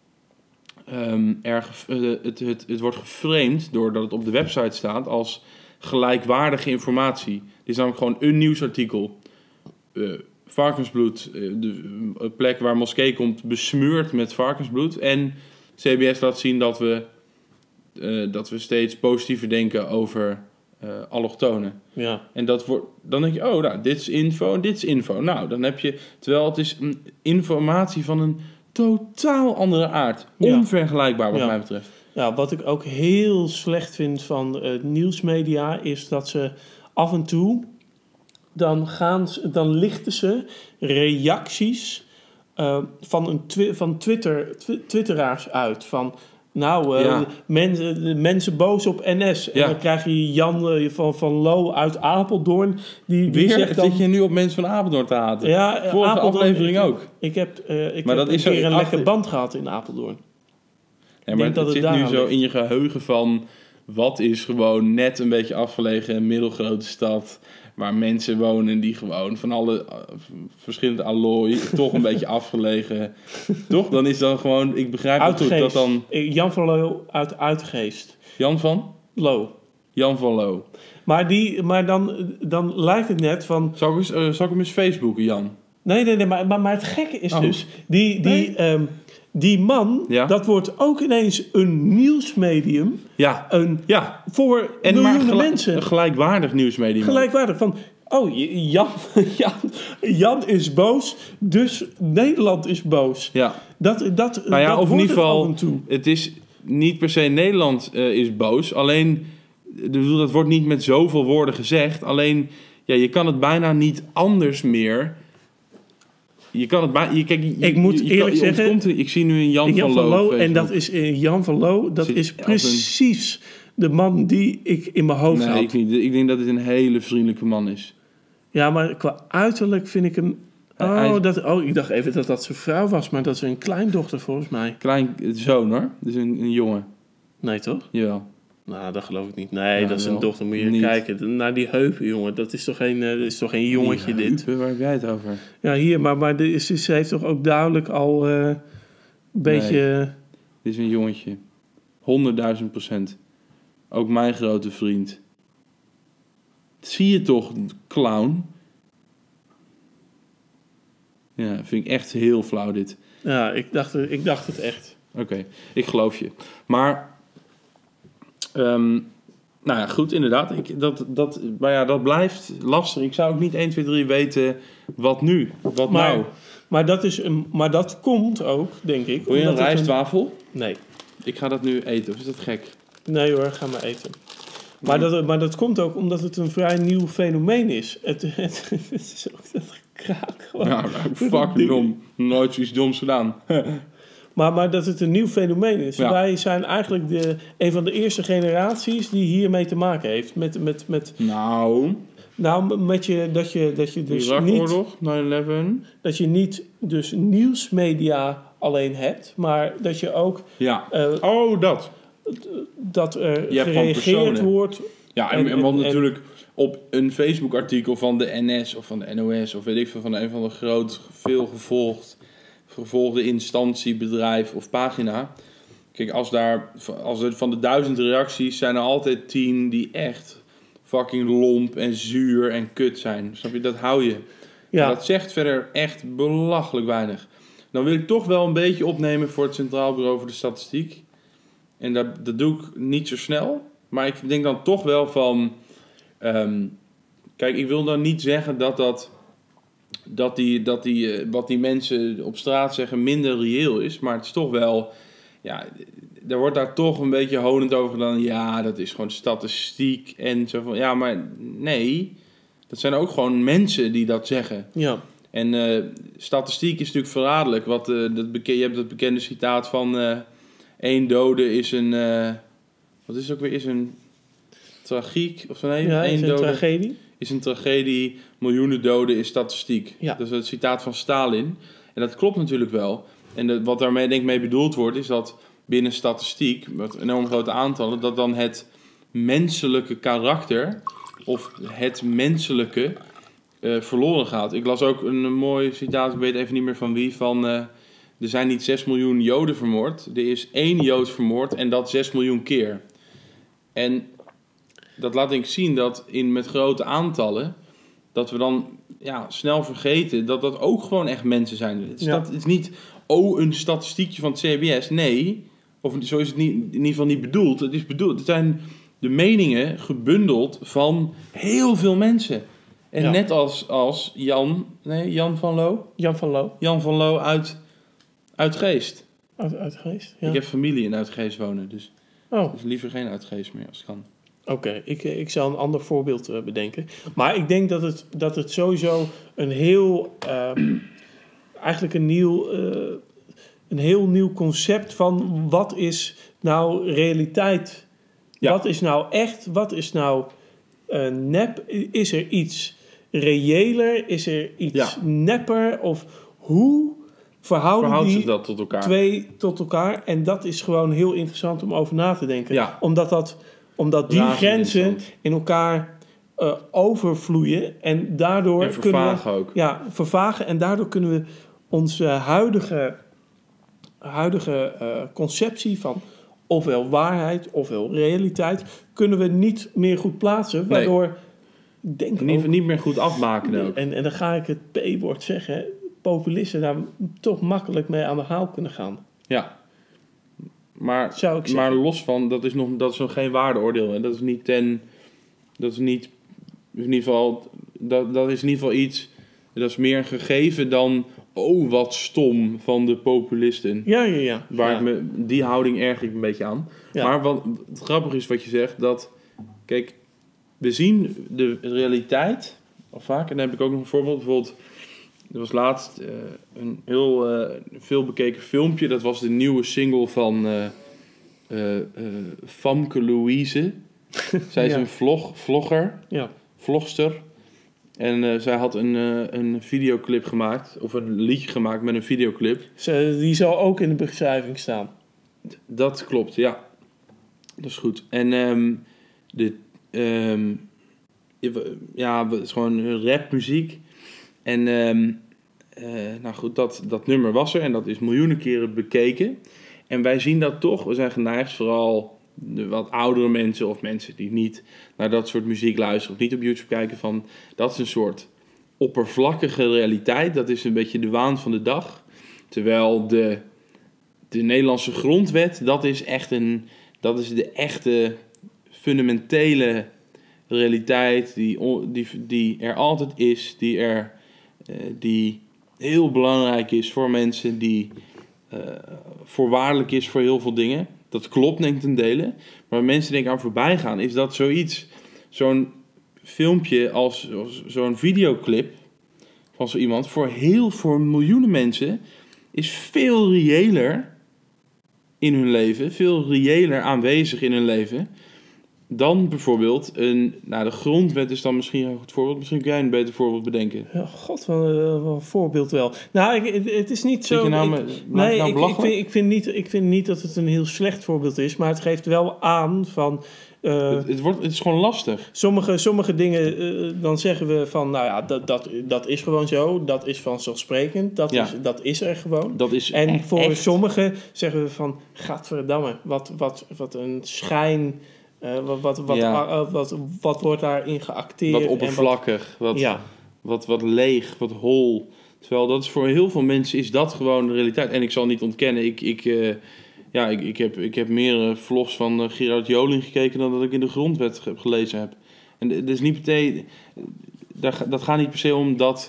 het wordt geframed doordat het op de website staat... als gelijkwaardige informatie. Dit is namelijk gewoon een nieuwsartikel... varkensbloed, de plek waar moskee komt besmeurd met varkensbloed. En CBS laat zien dat we steeds positiever denken over allochtonen. Ja. En dan denk je, dit is info, dit is info. Nou, dan heb je, terwijl het is informatie van een totaal andere aard. Onvergelijkbaar wat mij betreft. Ja, wat ik ook heel slecht vind van nieuwsmedia is dat ze af en toe... Dan lichten ze reacties van twitteraars uit. Van, mensen boos op NS. En dan krijg je Jan van Loo uit Apeldoorn. Die zegt dan... Zit je nu op mensen van Apeldoorn te haten? Ja, vorige Apeldoorn, aflevering ook. Ik heb een keer een lekker band gehad in Apeldoorn. Nee, maar het zit nu zo in je geheugen van... Wat is gewoon net een beetje afgelegen middelgrote stad... waar mensen wonen die gewoon van alle verschillende allooi... toch een beetje afgelegen. Toch? Dan is dan gewoon... Ik begrijp het goed dat dan... Jan van Loo uit Uitgeest. Jan van? Loo. Jan van Loo. Maar dan lijkt het net van... Zal ik hem eens Facebooken, Jan? Nee, maar het gekke is dus... Die man, dat wordt ook ineens een nieuwsmedium. Voor miljoenen mensen. Een gelijkwaardig nieuwsmedium. Gelijkwaardig. Van, Jan is boos, dus Nederland is boos. Ja. Dat of in ieder geval, het is niet per se Nederland is boos. Alleen, dat wordt niet met zoveel woorden gezegd. Alleen, je kan het bijna niet anders meer... Ik moet eerlijk zeggen... Ik zie nu een Jan van Loo. En dat is Jan van Loo. Dat is precies de man die ik in mijn hoofd had. Ik denk dat het een hele vriendelijke man is. Ja, maar qua uiterlijk vind ik hem Ik dacht even dat dat zijn vrouw was, maar dat is een kleindochter volgens mij. Kleinzoon hoor, dus een jongen. Nee, toch? Jawel. Nou, dat geloof ik niet. Nee, Ja, dat is wel. een dochter. Moet je Niet. kijken. Naar die heupen, jongen. Dat is toch geen jongetje, dit? Waar heb jij het over? Ja, hier. Maar ze heeft toch ook duidelijk al een beetje... Dit is een jongetje. 100.000%. Ook mijn grote vriend. Zie je toch, clown? Ja, vind ik echt heel flauw dit. Ja, ik dacht het echt. Oké, ik geloof je. Maar, nou ja, goed, inderdaad. Dat blijft lastig. Ik zou ook niet 1, 2, 3 weten wat nu. Wat nou? Maar dat komt ook, denk ik. Wil je een omdat het rijstwafel? Nee. Ik ga dat nu eten, of is dat gek? Nee hoor, ga maar eten. Maar dat komt ook omdat het een vrij nieuw fenomeen is. Het is ook dat gekraak. Gewoon. Ja, fucking dom. Nooit zoiets doms gedaan. Maar dat het een nieuw fenomeen is. Ja. Wij zijn eigenlijk een van de eerste generaties die hiermee te maken heeft. Dat je dus Irak-oorlog, 9/11. dat je niet dus nieuwsmedia alleen hebt, maar dat je ook Ja. dat er Je hebt gewoon gereageerd personen. wordt. Ja, en wat natuurlijk op een Facebook-artikel van de NS of van de NOS of weet ik veel, van een van de veel gevolgde instantie, bedrijf of pagina. Kijk, als er van de 1000 reacties zijn er altijd 10 die echt fucking lomp en zuur en kut zijn. Snap je? Dat hou je. Ja. Maar dat zegt verder echt belachelijk weinig. Dan wil ik toch wel een beetje opnemen voor het Centraal Bureau voor de Statistiek. En dat doe ik niet zo snel. Maar ik denk dan toch wel van... kijk, ik wil dan niet zeggen dat wat die mensen op straat zeggen minder reëel is. Maar het is toch wel... Ja, er wordt daar toch een beetje honend over gedaan. Ja, dat is gewoon statistiek. En zo van... Ja, maar nee. Dat zijn ook gewoon mensen die dat zeggen. Ja. En statistiek is natuurlijk verraderlijk. Je hebt dat bekende citaat van... 1 dode is een... wat is het ook weer? Is een tragiek? Of nee? Ja, is een dode tragedie. is een tragedie. Miljoenen doden is statistiek. Ja. Dat is het citaat van Stalin. En dat klopt natuurlijk wel. En wat daarmee denk ik mee bedoeld wordt... is dat binnen statistiek... met enorm grote aantallen... dat dan het menselijke karakter... of het menselijke... verloren gaat. Ik las ook een mooi citaat... ik weet even niet meer van wie... van... er zijn niet 6 miljoen Joden vermoord. Er is 1 Jood vermoord en dat 6 miljoen keer. En dat laat denk ik zien dat met grote aantallen... dat we dan snel vergeten dat dat ook gewoon echt mensen zijn. Het is niet, een statistiekje van het CBS. Nee, of zo is het niet, in ieder geval niet bedoeld. Het is bedoeld, het zijn de meningen gebundeld van heel veel mensen. En net als Jan van Loo? Jan van Loo. Jan van Loo uit Geest. Uit Geest, ja. Ik heb familie in Uitgeest wonen, dus Oh. liever geen Uitgeest meer als het kan. Oké, ik zal een ander voorbeeld bedenken. Maar ik denk dat het sowieso een heel... eigenlijk een heel nieuw concept van... wat is nou realiteit? Ja. Wat is nou echt? Wat is nou nep? Is er iets reëler? Is er iets nepper? Of hoe verhouden die zich dat tot elkaar? twee tot elkaar? En dat is gewoon heel interessant om over na te denken. Ja. Omdat die grenzen in elkaar overvloeien. En daardoor En vervagen ook. Ja, vervagen. En daardoor kunnen we onze huidige conceptie van... ofwel waarheid, ofwel realiteit... kunnen we niet meer goed plaatsen. Waardoor... Denk niet meer goed afmaken ook. En dan ga ik het P-woord zeggen... populisten daar toch makkelijk mee aan de haal kunnen gaan. Ja. Maar los van, dat is nog geen waardeoordeel. En dat is niet dat is in ieder geval iets... Dat is meer een gegeven dan... Oh, wat stom van de populisten. Ja. Die houding erg ik een beetje aan. Ja. Maar wat grappig is wat je zegt... dat, kijk, we zien de realiteit al vaak. En dan heb ik ook nog een voorbeeld. Bijvoorbeeld, er was laatst een heel veel bekeken filmpje. Dat was de nieuwe single van Famke Louise. Zij is een vlogger, vlogster. En zij had een videoclip gemaakt, of een liedje gemaakt met een videoclip. Die zal ook in de beschrijving staan. Dat klopt, ja. Dat is goed. En het is gewoon rapmuziek. En nou goed, dat nummer was er en dat is miljoenen keren bekeken. En wij zien dat toch, we zijn geneigd, vooral de wat oudere mensen of mensen die niet naar dat soort muziek luisteren of niet op YouTube kijken, van dat is een soort oppervlakkige realiteit. Dat is een beetje de waan van de dag. Terwijl de Nederlandse grondwet, dat is de echte fundamentele realiteit die er altijd is, die heel belangrijk is voor mensen, die voorwaardelijk is voor heel veel dingen. Dat klopt, denk ik, ten dele. Maar waar mensen denk ik aan voorbij gaan, is dat zo'n filmpje als zo'n videoclip van zo iemand, voor miljoenen mensen, is veel reëler in hun leven, veel reëler aanwezig in hun leven, dan bijvoorbeeld de grondwet is dan misschien een goed voorbeeld. Misschien kun jij een beter voorbeeld bedenken. Ja, god, wat een voorbeeld wel. Nou, het is niet zo... Ik vind niet dat het een heel slecht voorbeeld is, maar het geeft wel aan van... Het is gewoon lastig. Sommige dingen, dan zeggen we van, nou ja, dat is gewoon zo. Dat is vanzelfsprekend. Dat is er gewoon. Dat is en voor echt. sommigen zeggen we van, gadverdamme, wat een schijn... Wat wordt daarin geacteerd? Wat oppervlakkig, wat leeg, wat hol. Terwijl dat is voor heel veel mensen is dat gewoon de realiteit. En ik zal niet ontkennen, ik heb meer vlogs van Gerard Joling gekeken dan dat ik in de grondwet gelezen heb. En dat is niet per se, dat gaat niet per se om dat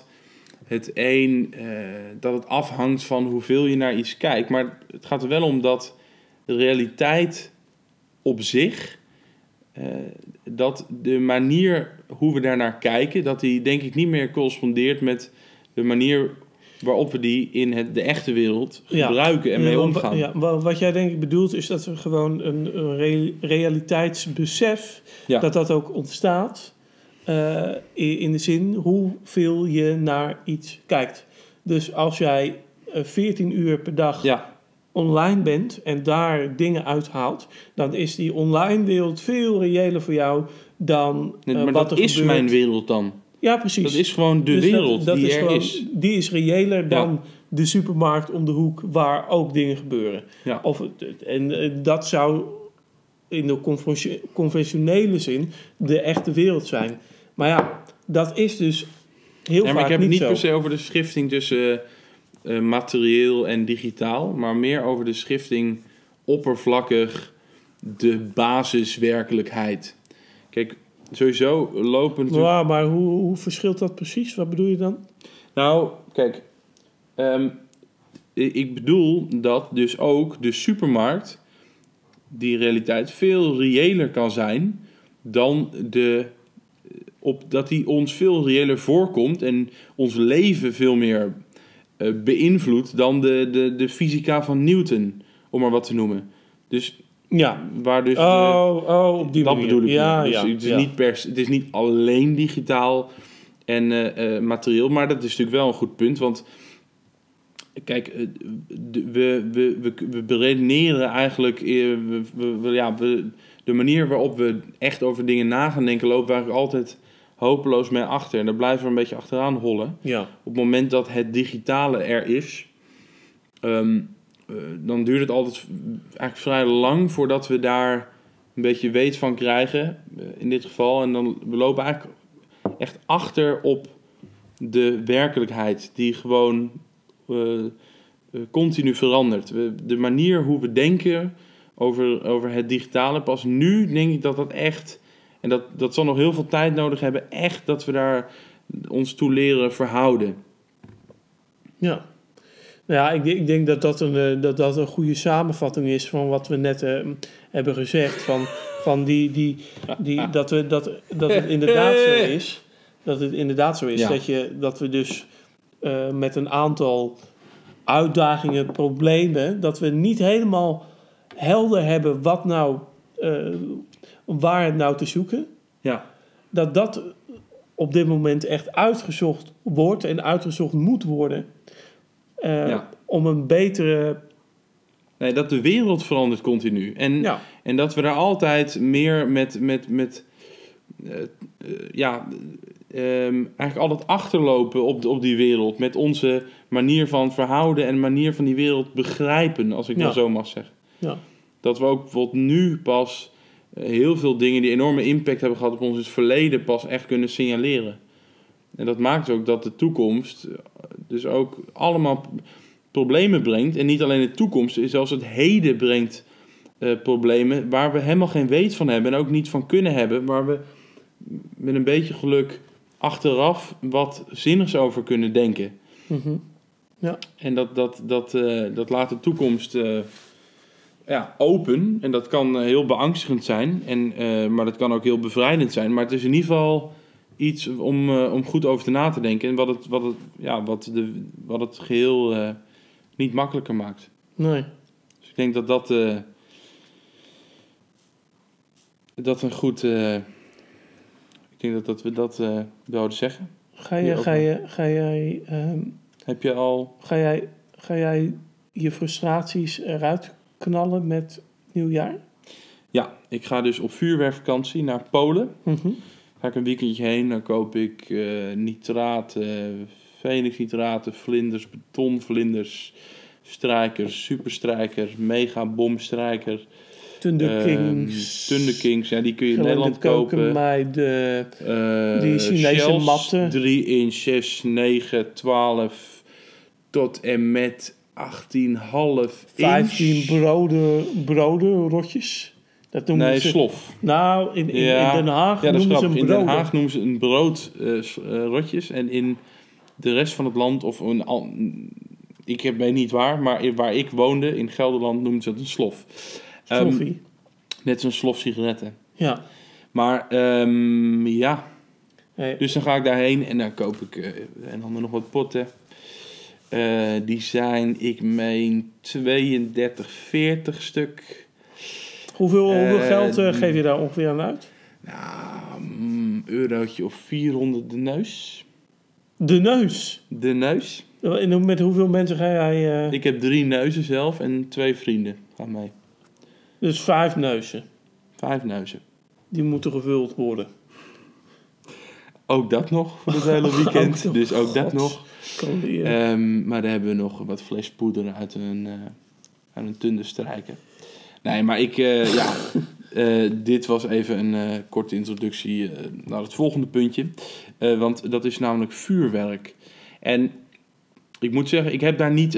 dat het afhangt van hoeveel je naar iets kijkt. Maar het gaat er wel om dat de realiteit op zich, dat de manier hoe we daarnaar kijken, dat die denk ik niet meer correspondeert met de manier waarop we die in de echte wereld gebruiken en mee omgaan. Ja, wat jij denk ik bedoelt is dat er gewoon een realiteitsbesef, dat ook ontstaat in de zin hoeveel je naar iets kijkt. Dus als jij 14 uur per dag online bent en daar dingen uithaalt, dan is die online wereld veel reëler voor jou dan maar wat dat er is gebeurt. mijn wereld dan. Ja, precies. Dat is gewoon de wereld die er is. Die is reëler dan de supermarkt om de hoek waar ook dingen gebeuren. Ja. En dat zou in de conventionele zin de echte wereld zijn. Maar ja, dat is dus heel vaak niet zo. Ik heb het niet per se over de schifting tussen materieel en digitaal, maar meer over de schifting oppervlakkig, de basiswerkelijkheid. Kijk, sowieso lopen natuurlijk... Ja, maar hoe verschilt dat precies? Wat bedoel je dan? Nou, kijk, ik bedoel dat dus ook de supermarkt, die realiteit, veel reëler kan zijn dan dat die ons veel reëler voorkomt en ons leven veel meer beïnvloedt dan de fysica van Newton, om maar wat te noemen. Dus waar dus op die manier. Bedoel ik. Het is niet alleen digitaal en materieel, maar dat is natuurlijk wel een goed punt, want kijk, we beredeneren eigenlijk, de manier waarop we echt over dingen na gaan denken, lopen we eigenlijk altijd hopeloos mee achter. En daar blijven we een beetje achteraan hollen. Ja. Op het moment dat het digitale er is, dan duurt het altijd eigenlijk vrij lang voordat we daar een beetje weet van krijgen, in dit geval. En dan we lopen eigenlijk echt achter op de werkelijkheid, die gewoon continu verandert. De manier hoe we denken over het digitale, pas nu denk ik dat echt, en dat zal nog heel veel tijd nodig hebben, echt dat we daar ons toe leren verhouden. Ja. Ja, ik denk dat een goede samenvatting is van wat we net hebben gezegd. Dat het inderdaad zo is. Dat het inderdaad zo is dat we dus met een aantal uitdagingen, problemen, dat we niet helemaal helder hebben wat nou, waar het nou te zoeken. Ja. Dat op dit moment echt uitgezocht wordt en uitgezocht moet worden. Om een betere... Nee, dat de wereld verandert continu. En dat we daar altijd meer eigenlijk altijd achterlopen op die wereld. Met onze manier van verhouden en manier van die wereld begrijpen, als ik dat zo mag zeggen. Ja. Dat we ook bijvoorbeeld nu pas heel veel dingen die enorme impact hebben gehad op ons in het verleden pas echt kunnen signaleren. En dat maakt ook dat de toekomst dus ook allemaal problemen brengt. En niet alleen de toekomst, zelfs het heden brengt problemen waar we helemaal geen weet van hebben en ook niet van kunnen hebben. Waar we met een beetje geluk achteraf wat zinnigs over kunnen denken. Mm-hmm. Ja. En dat laat de toekomst open. En dat kan heel beangstigend zijn. Maar dat kan ook heel bevrijdend zijn. Maar het is in ieder geval iets om goed over te na te denken. En wat het geheel niet makkelijker maakt. Nee. Dus ik denk dat een goed... ik denk dat we dat wilden zeggen. Ga jij je frustraties eruit knallen met nieuwjaar? Ja, ik ga dus op vuurwerkvakantie naar Polen. Mm-hmm. Ga ik een weekendje heen, dan koop ik nitraten, Phoenix-nitraten, vlinders, betonvlinders, strijkers, superstrijker, megabomstrijker. Thunder Kings, ja, die kun je in Nederland kopen. Die Chinese Shells, matten. 3 inch, 6, 9, 12 tot en met 18,5 inch. 15 broden rotjes. Dat noemen ze... slof. Nou, in Den Haag noemen ze een brood. In Den Haag noemen ze een brood rotjes. En in de rest van het land, ik weet niet waar ik woonde, in Gelderland, noemen ze het een slof. Sloffie. Net zo'n slof sigaretten. Ja. Maar ja. Hey. Dus dan ga ik daarheen en dan koop ik en dan nog wat potten. Die zijn, ik meen, 32,40 stuk. Hoeveel geld geef je daar ongeveer aan uit? Nou, eurotje of 400 de neus. De neus? De neus. En met hoeveel mensen ga jij... Ik heb 3 neuzen zelf en 2 vrienden gaan mee. Dus 5 neuzen. 5 neuzen. Die moeten gevuld worden. Ook dat nog voor het hele weekend. Dus ook dat nog. Maar daar hebben we nog wat flespoeder uit een tunde strijken. Nee, maar dit was even een korte introductie naar het volgende puntje. Want dat is namelijk vuurwerk. En ik moet zeggen, ik heb daar niet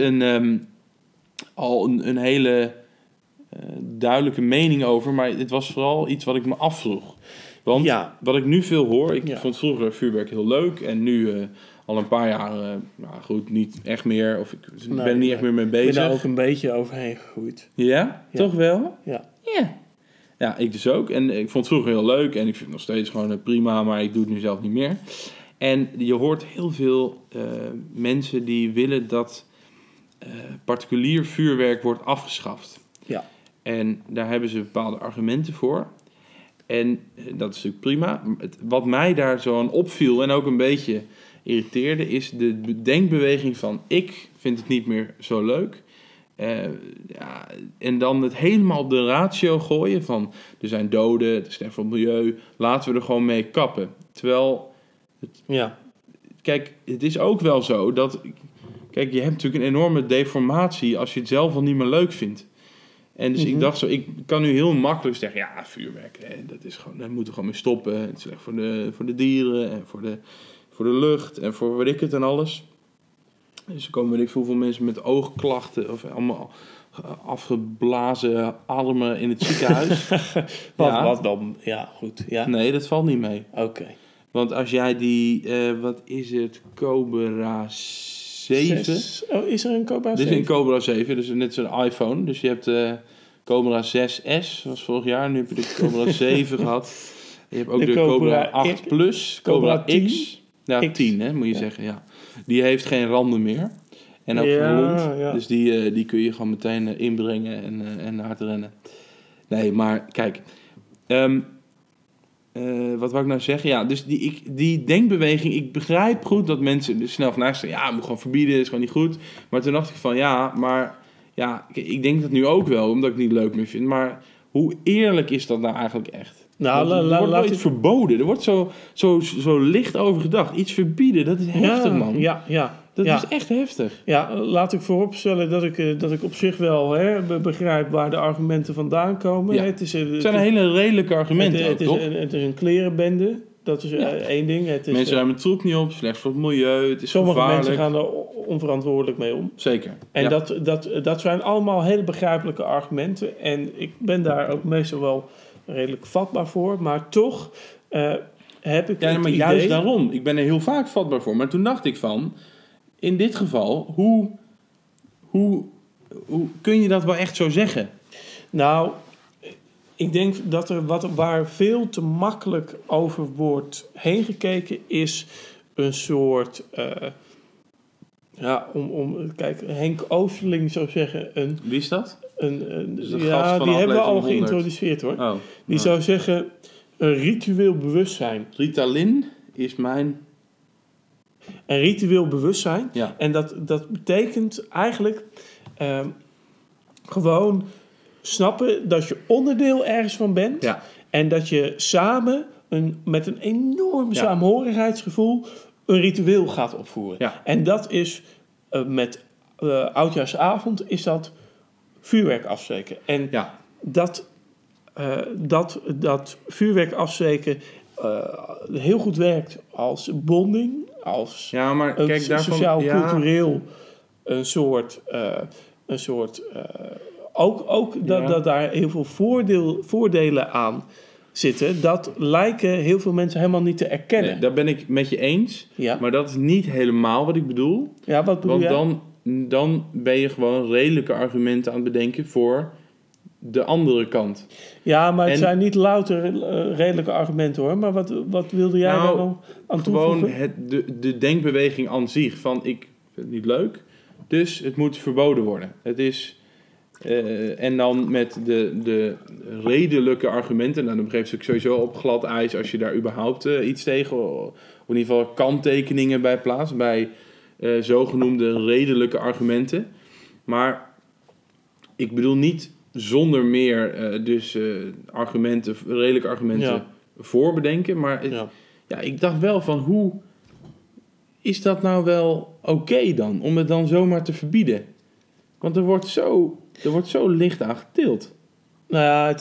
al een hele duidelijke mening over. Maar het was vooral iets wat ik me afvroeg. Want wat ik nu veel hoor, ik vond vroeger vuurwerk heel leuk. En nu al een paar jaar, niet echt meer. Of ik ben er niet echt meer mee bezig. Ik ben daar ook een beetje overheen gegroeid. Ja? Toch wel? Ja. Ja, ik dus ook. En ik vond het vroeger heel leuk. En ik vind het nog steeds gewoon prima, maar ik doe het nu zelf niet meer. En je hoort heel veel mensen die willen dat particulier vuurwerk wordt afgeschaft. Ja. En daar hebben ze bepaalde argumenten voor. En dat is natuurlijk prima. Wat mij daar zo aan opviel en ook een beetje irriteerde, is de denkbeweging van ik vind het niet meer zo leuk. En dan het helemaal op de ratio gooien van er zijn doden, het is slecht voor het milieu, laten we er gewoon mee kappen. Terwijl, kijk, het is ook wel zo dat, kijk, je hebt natuurlijk een enorme deformatie als je het zelf al niet meer leuk vindt. En dus ik dacht zo, ik kan nu heel makkelijk zeggen, ja, vuurwerk, dat is gewoon, daar moeten we gewoon mee stoppen. Het is slecht voor de dieren en voor de lucht en voor weet ik het en alles. Dus er komen weet ik hoeveel mensen met oogklachten of allemaal afgeblazen armen in het ziekenhuis. Wat dan? Ja, goed. Ja. Nee, dat valt niet mee. Oké. Want als jij die, wat is het, Cobra 7? Oh, is er een Cobra 7? Dit is een Cobra 7, dus net zo'n iPhone. Dus je hebt Cobra 6S, was vorig jaar. Nu heb je de Cobra 7 gehad. Je hebt ook de Cobra 8 Plus, Cobra X. Ja, X. 10 hè, moet je zeggen, ja. Die heeft geen randen meer. En ook rond. Ja. Dus die kun je gewoon meteen inbrengen en hard rennen. Nee, maar kijk. Wat wou ik nou zeggen? Ja, dus die denkbeweging, ik begrijp goed dat mensen er snel van zeggen, ja, moet gewoon verbieden, is gewoon niet goed. Maar toen dacht ik van, ja, maar ja, ik denk dat nu ook wel, omdat ik het niet leuk meer vind. Maar hoe eerlijk is dat nou eigenlijk echt? Nou, er wordt nooit verboden. Er wordt zo licht over gedacht. Iets verbieden, dat is heftig, man. Ja. Dat is echt heftig. Ja, laat ik vooropstellen dat ik op zich wel begrijp waar de argumenten vandaan komen. Ja. Het zijn hele redelijke argumenten toch? Het is een klerenbende. Dat is één ding. Mensen ruimen het troep niet op, slecht voor het milieu, het is sommige gevaarlijk. Mensen gaan er onverantwoordelijk mee om. Zeker. En dat zijn allemaal hele begrijpelijke argumenten. En ik ben daar ook meestal wel redelijk vatbaar voor. Maar toch heb ik maar juist daarom. Ik ben er heel vaak vatbaar voor. Maar toen dacht ik van, in dit geval, hoe kun je dat wel echt zo zeggen? Nou, ik denk dat waar veel te makkelijk over wordt heen gekeken is een soort... kijk, Henk Oosterling zou zeggen... Wie is dat? Die hebben we al geïntroduceerd hoor. Oh, die zou zeggen, een ritueel bewustzijn. Ritalin is mijn... Een ritueel bewustzijn. Ja. En dat betekent eigenlijk gewoon snappen dat je onderdeel ergens van bent. Ja. En dat je samen met een enorm saamhorigheidsgevoel een ritueel gaat opvoeren. Ja. En dat is met oudjaarsavond is dat vuurwerk afsteken. En dat vuurwerk afsteken heel goed werkt als bonding, als sociaal-cultureel een soort dat daar heel veel voordelen aan zitten. Dat lijken heel veel mensen helemaal niet te erkennen. Nee, daar ben ik met je eens. Ja. Maar dat is niet helemaal wat ik bedoel. Ja, wat bedoel jij? Want dan ben je gewoon redelijke argumenten aan het bedenken voor de andere kant. Ja, maar het zijn niet louter redelijke argumenten hoor. Maar wat wilde jij daar nou aan toevoegen? Gewoon de denkbeweging aan zich van ik vind het niet leuk, dus het moet verboden worden. Het is... en dan met de redelijke argumenten. Nou, dan begreep ik sowieso op glad ijs als je daar überhaupt iets tegen... of in ieder geval kanttekeningen bij plaatst... bij zogenoemde redelijke argumenten. Maar ik bedoel niet zonder meer redelijke argumenten voorbedenken. Maar ik dacht wel van hoe is dat nou wel oké dan? Om het dan zomaar te verbieden? Want er wordt zo licht aan getild. Nou ja,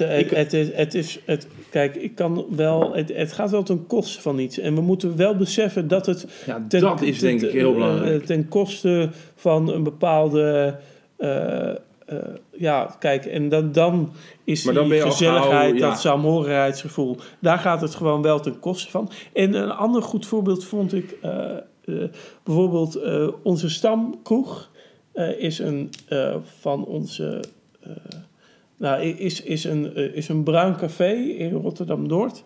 het gaat wel ten koste van iets. En we moeten wel beseffen dat het... Ja, dat is denk ik heel belangrijk. Ten koste van een bepaalde... en dan is die gezelligheid, dat saamhorigheidsgevoel... Daar gaat het gewoon wel ten koste van. En een ander goed voorbeeld vond ik... bijvoorbeeld onze stamkroeg... is een van onze... is een bruin café in Rotterdam-Noord.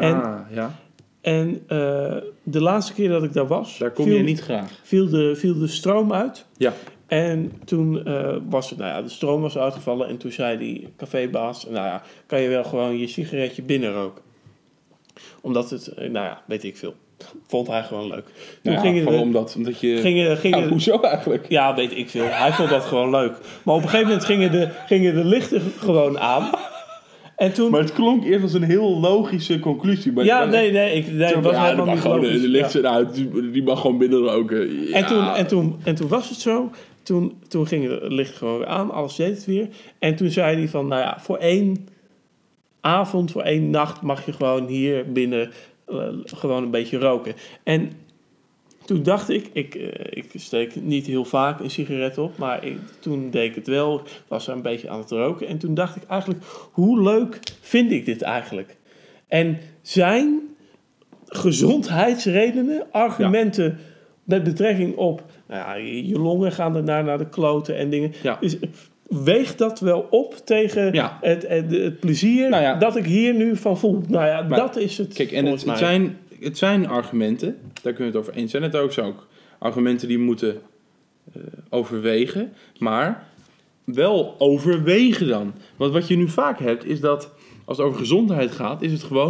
En de laatste keer dat ik daar was... Daar kom je niet graag. Viel de stroom uit. Ja. En toen was het... de stroom was uitgevallen. En toen zei die cafébaas... kan je wel gewoon je sigaretje binnenroken. Omdat het... weet ik veel. Vond hij gewoon leuk. Omdat je... hoezo eigenlijk? Ja, weet ik veel. Hij vond dat gewoon leuk. Maar op een gegeven moment gingen de lichten gewoon aan. En toen... Maar het klonk eerst als een heel logische conclusie. Maar het was helemaal niet logisch. De lichten uit, die mag gewoon binnen roken. Ja. En toen was het zo. Toen gingen de lichten gewoon aan. Alles deed het weer. En toen zei hij van... voor 1 avond, voor 1 nacht... mag je gewoon hier binnen... gewoon een beetje roken. En toen dacht ik steek niet heel vaak een sigaret op, maar toen deed ik het wel. Ik was er een beetje aan het roken. En toen dacht ik eigenlijk, hoe leuk vind ik dit eigenlijk? En zijn gezondheidsredenen, argumenten met betrekking op... je longen gaan ernaar naar de kloten en dingen... Ja. Dus weegt dat wel op tegen het plezier dat ik hier nu van voel? Maar dat is het. Kijk, en het zijn argumenten, daar kunnen we het over eens zijn. Het ook argumenten die moeten overwegen, maar wel overwegen dan. Want wat je nu vaak hebt, is dat als het over gezondheid gaat, is het gewoon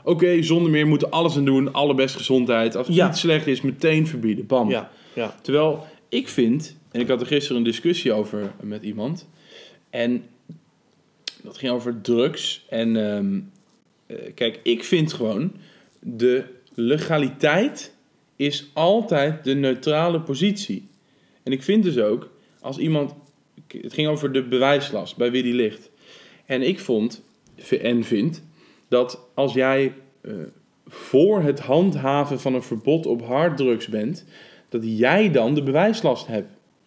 oké, zonder meer, moeten alles aan doen, allerbest gezondheid. Als iets slecht is, meteen verbieden, bam. Ja. Terwijl ik vind, en ik had er gisteren een discussie over met iemand, en dat ging over drugs. En kijk, ik vind gewoon, de legaliteit is altijd de neutrale positie. En ik vind dus ook, als iemand, het ging over de bewijslast, bij wie die ligt. En ik vind dat als jij voor het handhaven van een verbod op harddrugs bent, dat jij dan de bewijslast hebt.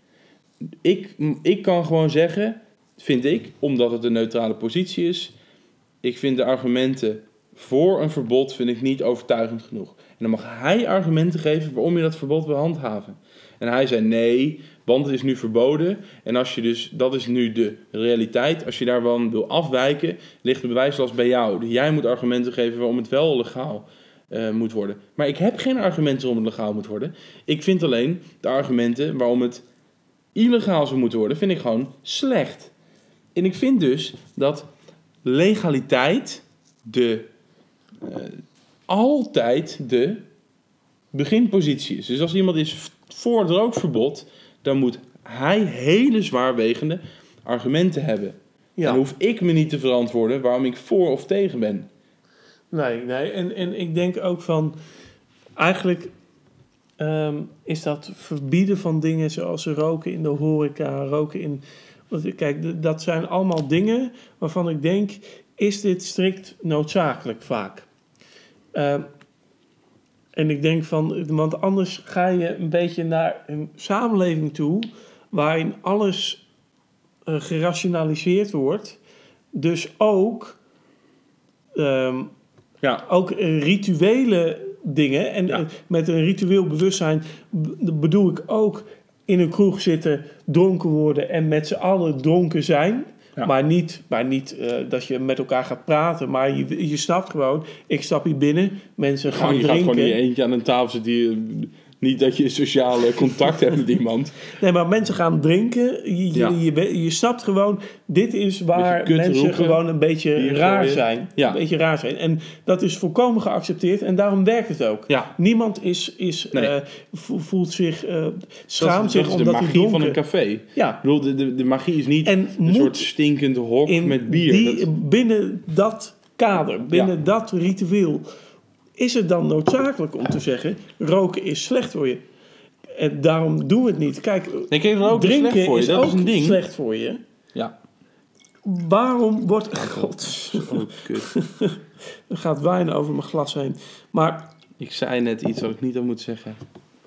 Ik kan gewoon zeggen, vind ik, omdat het een neutrale positie is, ik vind de argumenten voor een verbod vind ik niet overtuigend genoeg. En dan mag hij argumenten geven waarom je dat verbod wil handhaven. En hij zei nee, want het is nu verboden. En als je dus, dat is nu de realiteit. Als je daarvan wil afwijken, ligt de bewijslast bij jou. Dus jij moet argumenten geven waarom het wel legaal moet worden. Maar ik heb geen argumenten waarom het legaal moet worden. Ik vind alleen de argumenten waarom het illegaal zou moeten worden, vind ik gewoon slecht. En ik vind dus dat legaliteit altijd de beginpositie is. Dus als iemand is voor het rookverbod, dan moet hij hele zwaarwegende argumenten hebben. Ja. Dan hoef ik me niet te verantwoorden waarom ik voor of tegen ben. Nee. En ik denk ook van, eigenlijk is dat verbieden van dingen zoals roken in de horeca, roken in... Want kijk, dat zijn allemaal dingen waarvan ik denk, is dit strikt noodzakelijk vaak? En ik denk van, want anders ga je een beetje naar een samenleving toe waarin alles gerationaliseerd wordt. Dus ook ook rituele dingen. En met een ritueel bewustzijn bedoel ik ook in een kroeg zitten, dronken worden en met z'n allen dronken zijn. Ja. Maar niet dat je met elkaar gaat praten. Maar je snapt gewoon, ik stap hier binnen, mensen gaan drinken. Je gaat gewoon niet eentje aan een tafel zitten. Niet dat je sociale contact hebt met iemand. Nee, maar mensen gaan drinken. Je snapt gewoon, dit is waar mensen roepen, gewoon een beetje raar zijn. Ja. Een beetje raar zijn. En dat is volkomen geaccepteerd en daarom werkt het ook. Ja. Niemand voelt zich, schaamt zich omdat hij dronken... Dat is de magie van een café. Ja. Ik bedoel, de magie is niet een soort stinkend hok met bier. Binnen dat kader, binnen dat ritueel... is het dan noodzakelijk om te zeggen, roken is slecht voor je. En daarom doen we het niet. Kijk, drinken is, is ook slecht voor je. Ja. Waarom wordt... God. Oh, kut. Er gaat wijn over mijn glas heen. Maar... Ik zei net iets wat ik niet had moeten zeggen.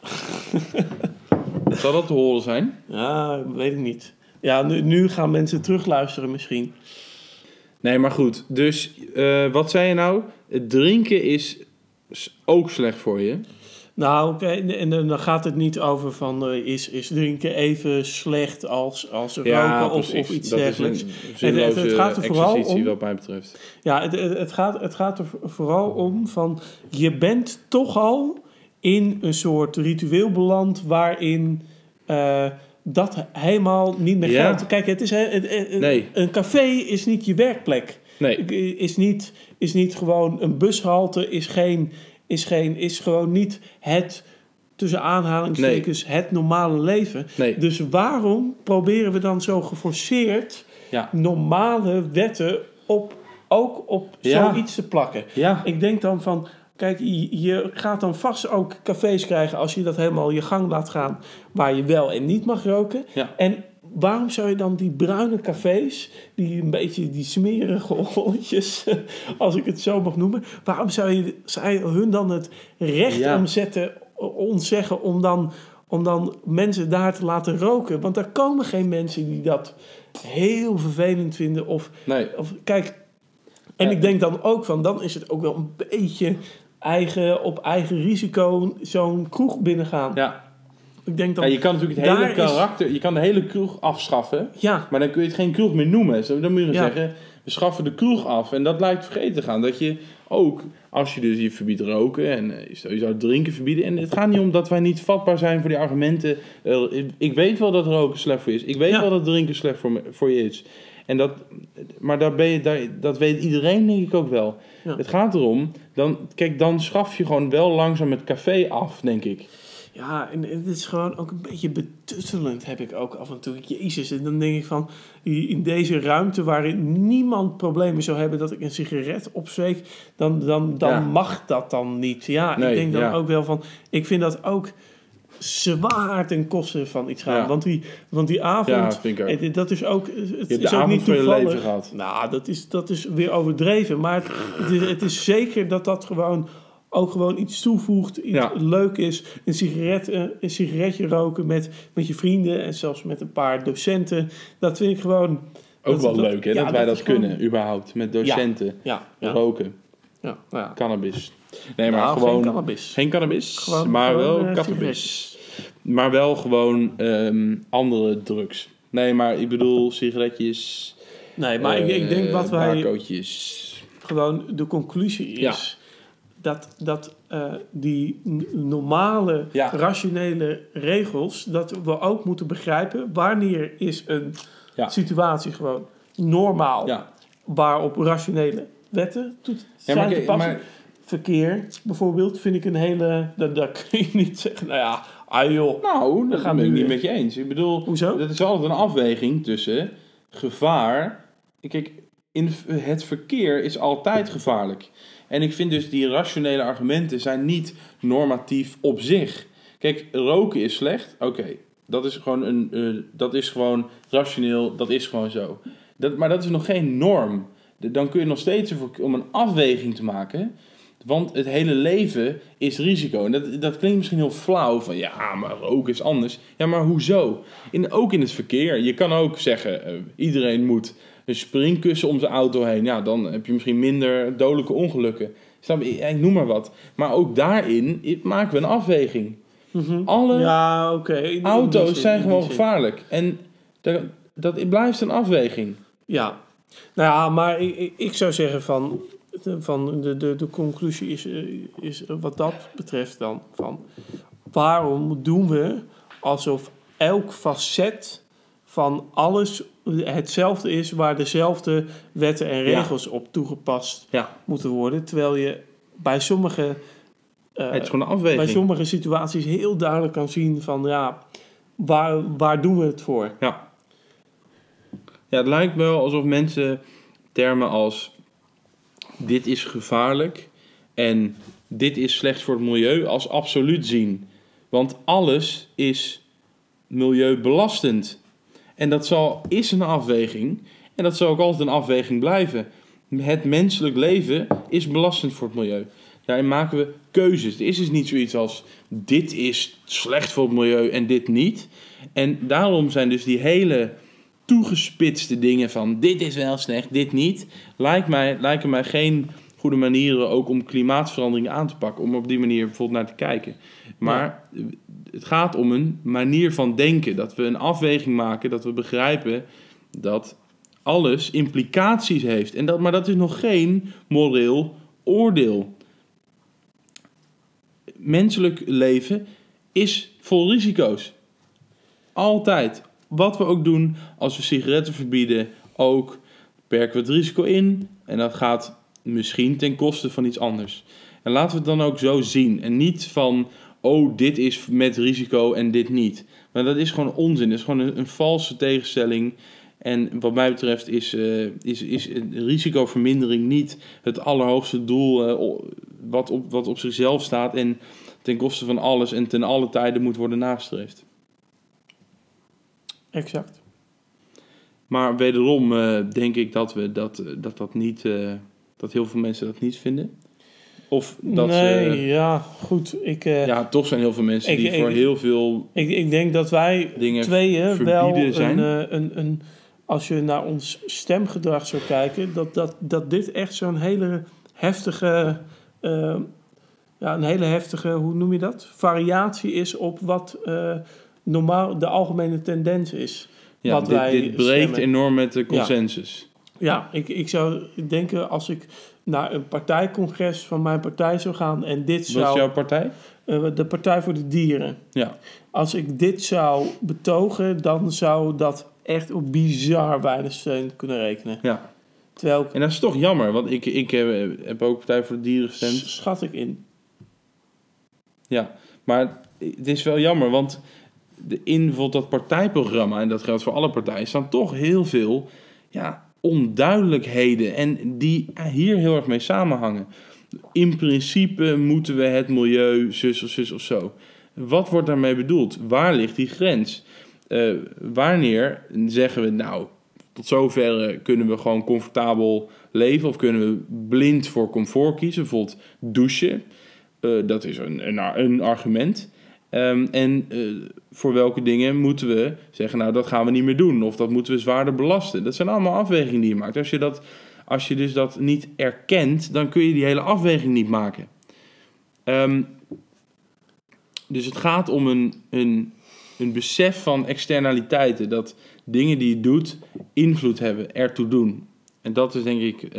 Zal dat te horen zijn? Ja, weet ik niet. Ja, nu gaan mensen terugluisteren misschien. Nee, maar goed. Dus, wat zei je nou? Het drinken is ook slecht voor je. Nou, oké. En dan gaat het niet over van... is drinken even slecht als roken of iets dergelijks. Het gaat er vooral om... wat mij betreft. Ja, het gaat er vooral om van... je bent toch al in een soort ritueel beland... waarin dat helemaal niet meer geldt. Kijk, het is een café is niet je werkplek. Nee. Is niet gewoon een bushalte, is gewoon niet het, tussen aanhalingstekens, het normale leven. Nee. Dus waarom proberen we dan zo geforceerd normale wetten ook op zoiets te plakken? Ja. Ik denk dan van, kijk, je gaat dan vast ook cafés krijgen als je dat helemaal je gang laat gaan, waar je wel en niet mag roken. Ja. En waarom zou je dan die bruine cafés, die een beetje die smerige holletjes, als ik het zo mag noemen, waarom zou je hun dan het recht ontzeggen om dan mensen daar te laten roken? Want daar komen geen mensen die dat heel vervelend vinden. Of kijk, en ik denk dan ook van, dan is het ook wel een beetje op eigen risico zo'n kroeg binnengaan. Ja. Ik denk dan, je kan natuurlijk het hele karakter... Je kan de hele kroeg afschaffen. Ja. Maar dan kun je het geen kroeg meer noemen. Dan moet je zeggen, we schaffen de kroeg af. En dat lijkt vergeten te gaan. Dat je ook, als je dus je verbiedt roken... en je zou drinken verbieden... En het gaat niet om dat wij niet vatbaar zijn voor die argumenten. Ik weet wel dat roken slecht voor je is. Ik weet wel dat drinken slecht voor je is. Maar dat weet iedereen denk ik ook wel. Ja. Het gaat erom, dan schaf je gewoon wel langzaam het café af, denk ik. Ja, en het is gewoon ook een beetje betuttelend, heb ik ook af en toe. Jezus, en dan denk ik van, in deze ruimte waarin niemand problemen zou hebben dat ik een sigaret opsteek, dan mag dat dan niet. Ja, Nee, ik denk dan ja. ook wel van, ik vind dat ook zwaar ten koste van iets gaan. Ja. Want die avond, Ja, vind ik ook. dat is ook, het Je hebt is de ook avond niet van je toevallig. leven gehad. Nou, dat is weer overdreven. Maar het is zeker dat gewoon ook gewoon iets toevoegt, iets leuk is. Een sigaretje roken met je vrienden en zelfs met een paar docenten. Dat vind ik gewoon... Ook wel leuk, hè? Dat wij dat kunnen, gewoon... überhaupt. Met docenten. Ja. Roken. Ja. Cannabis. Nee, maar gewoon... Geen cannabis. Geen cannabis, Gewoon, maar wel sigaretjes. cannabis. Maar wel gewoon andere drugs. Nee, maar ik bedoel sigaretjes... Nee, maar ik denk wat wij... Barcootjes. Gewoon de conclusie is... Dat die normale, rationele regels, dat we ook moeten begrijpen wanneer is een situatie gewoon normaal, waarop rationele wetten zijn te passen. Verkeer bijvoorbeeld vind ik een hele, dat kun je niet zeggen, nou ja, joh. Nou, dat ben ik niet met je eens. Ik bedoel, hoezo? Dat is altijd een afweging tussen gevaar. Kijk, in het verkeer is altijd gevaarlijk. En ik vind dus die rationele argumenten zijn niet normatief op zich. Kijk, roken is slecht. Oké, dat is gewoon dat is gewoon rationeel. Dat is gewoon zo. Maar dat is nog geen norm. Dan kun je nog steeds om een afweging te maken. Want het hele leven is risico. En dat klinkt misschien heel flauw. Van ja, maar roken is anders. Ja, maar hoezo? Ook in het verkeer. Je kan ook zeggen, iedereen moet een springkussen om zijn auto heen. Ja, dan heb je misschien minder dodelijke ongelukken. Snap je? Ik noem maar wat. Maar ook daarin maken we een afweging. Mm-hmm. Alle auto's zijn gewoon gevaarlijk. En dat blijft een afweging. Ja. Nou ja, maar ik zou zeggen van de conclusie is wat dat betreft dan van... Waarom doen we alsof elk facet van alles hetzelfde is, waar dezelfde wetten en regels op toegepast moeten worden, terwijl je bij sommige het is gewoon een afweging. Bij sommige situaties heel duidelijk kan zien van waar doen we het voor? Ja, het lijkt wel alsof mensen termen als dit is gevaarlijk en dit is slecht voor het milieu als absoluut zien. Want alles is milieubelastend. En dat is een afweging. En dat zal ook altijd een afweging blijven. Het menselijk leven is belastend voor het milieu. Daarin maken we keuzes. Er is dus niet zoiets als dit is slecht voor het milieu en dit niet. En daarom zijn dus die hele toegespitste dingen van dit is wel slecht, dit niet. Lijken mij geen goede manieren ook om klimaatverandering aan te pakken. Om op die manier bijvoorbeeld naar te kijken. Maar het gaat om een manier van denken. Dat we een afweging maken. Dat we begrijpen dat alles implicaties heeft. Maar dat is nog geen moreel oordeel. Menselijk leven is vol risico's. Altijd. Wat we ook doen, als we sigaretten verbieden, ook perken we het risico in. En dat gaat misschien ten koste van iets anders. En laten we het dan ook zo zien. En niet van, dit is met risico en dit niet. Maar dat is gewoon onzin. Dat is gewoon een valse tegenstelling. En wat mij betreft is risicovermindering niet het allerhoogste doel wat op zichzelf staat en ten koste van alles en ten alle tijden moet worden nastreefd. Exact. Maar wederom denk ik dat we dat niet, dat heel veel mensen dat niet vinden. Of dat goed. toch zijn heel veel mensen die voor heel veel ik denk dat wij tweeën wel zijn. Als je naar ons stemgedrag zou kijken, dat dit echt zo'n hele heftige, hoe noem je dat? Variatie is op wat normaal de algemene tendens is. Ja, dit breekt stemmen. Enorm met de consensus. Ja, ik zou denken als ik naar een partijcongres van mijn partij zou gaan en dit zou... Wat is jouw partij? De Partij voor de Dieren. Ja. Als ik dit zou betogen, dan zou dat echt op bizar weinig steun kunnen rekenen. Ja. Terwijl En dat is toch jammer, want ik heb ook Partij voor de Dieren gestemd. schat ik in. Ja, maar het is wel jammer, want in bijvoorbeeld dat partijprogramma, en dat geldt voor alle partijen, staan toch heel veel onduidelijkheden en die hier heel erg mee samenhangen. In principe moeten we het milieu zus of zo. Wat wordt daarmee bedoeld? Waar ligt die grens? Wanneer zeggen we, nou, tot zover kunnen we gewoon comfortabel leven of kunnen we blind voor comfort kiezen? Bijvoorbeeld douchen. Dat is een argument. Voor welke dingen moeten we zeggen, nou, dat gaan we niet meer doen. Of dat moeten we zwaarder belasten. Dat zijn allemaal afwegingen die je maakt. Als je dus dat niet erkent, dan kun je die hele afweging niet maken. Dus het gaat om een besef van externaliteiten. Dat dingen die je doet, invloed hebben, ertoe doen. En dat is denk ik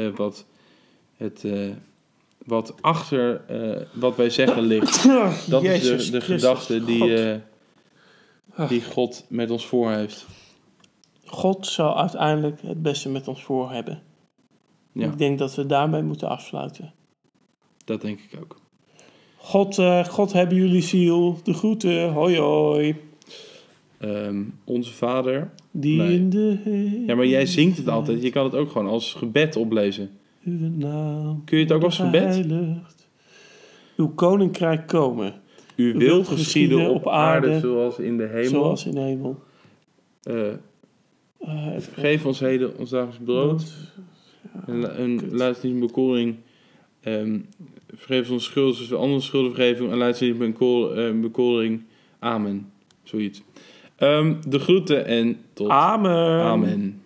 wat achter wat wij zeggen ligt. Dat Jezus is de Christus, gedachte die God met ons voor heeft. God zal uiteindelijk het beste met ons voor hebben. Ja. Ik denk dat we daarmee moeten afsluiten. Dat denk ik ook. God hebben jullie ziel. De groeten. Hoi hoi. Onze Vader. Die Nee. in de hemel. Ja, maar jij zingt het altijd. Je kan het ook gewoon als gebed oplezen. Uw naam. Kun je het ook als gebed? Geheiligd. Uw koninkrijk komen. U wilt geschieden op aarde zoals in de hemel. Zoals in de hemel. Vergeef ons heden ons dagelijks brood. En laat ons niet in bekoring. Vergeef ons schulden zoals we anderen schulden vergeven. En laat ons niet in bekoring. Amen. Zoiets. De groeten en tot... Amen.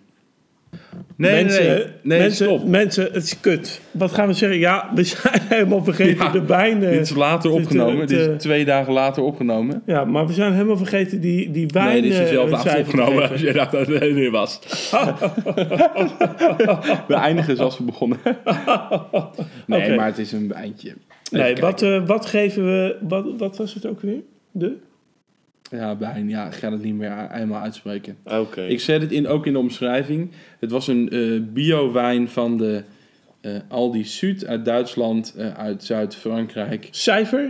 Nee, stop. Mensen, het is kut. Wat gaan we zeggen? Ja, we zijn helemaal vergeten de wijn. Dit is later opgenomen. Dit is 2 dagen later opgenomen. Ja, maar we zijn helemaal vergeten die wijn. Nee, dit is dezelfde avond opgenomen. Als je dacht dat het er was. We eindigen zoals we begonnen. Nee, Okay. maar het is een wijntje. Nee, wat geven we... Wat was het ook weer? Ja, wijn. Ja, ik ga het niet meer eenmaal uitspreken. Oké. Ik zet het ook in de omschrijving. Het was een bio-wijn van de Aldi Süd uit Duitsland, uit Zuid-Frankrijk. Cijfer?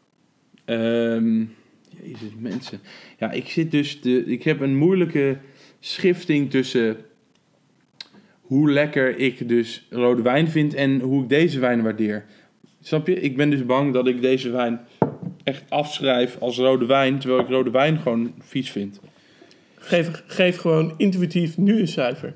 Jezus, mensen. Ja, ik heb een moeilijke schifting tussen hoe lekker ik dus rode wijn vind en hoe ik deze wijn waardeer. Snap je? Ik ben dus bang dat ik deze wijn echt afschrijf als rode wijn, terwijl ik rode wijn gewoon vies vind. Geef gewoon intuïtief nu een cijfer.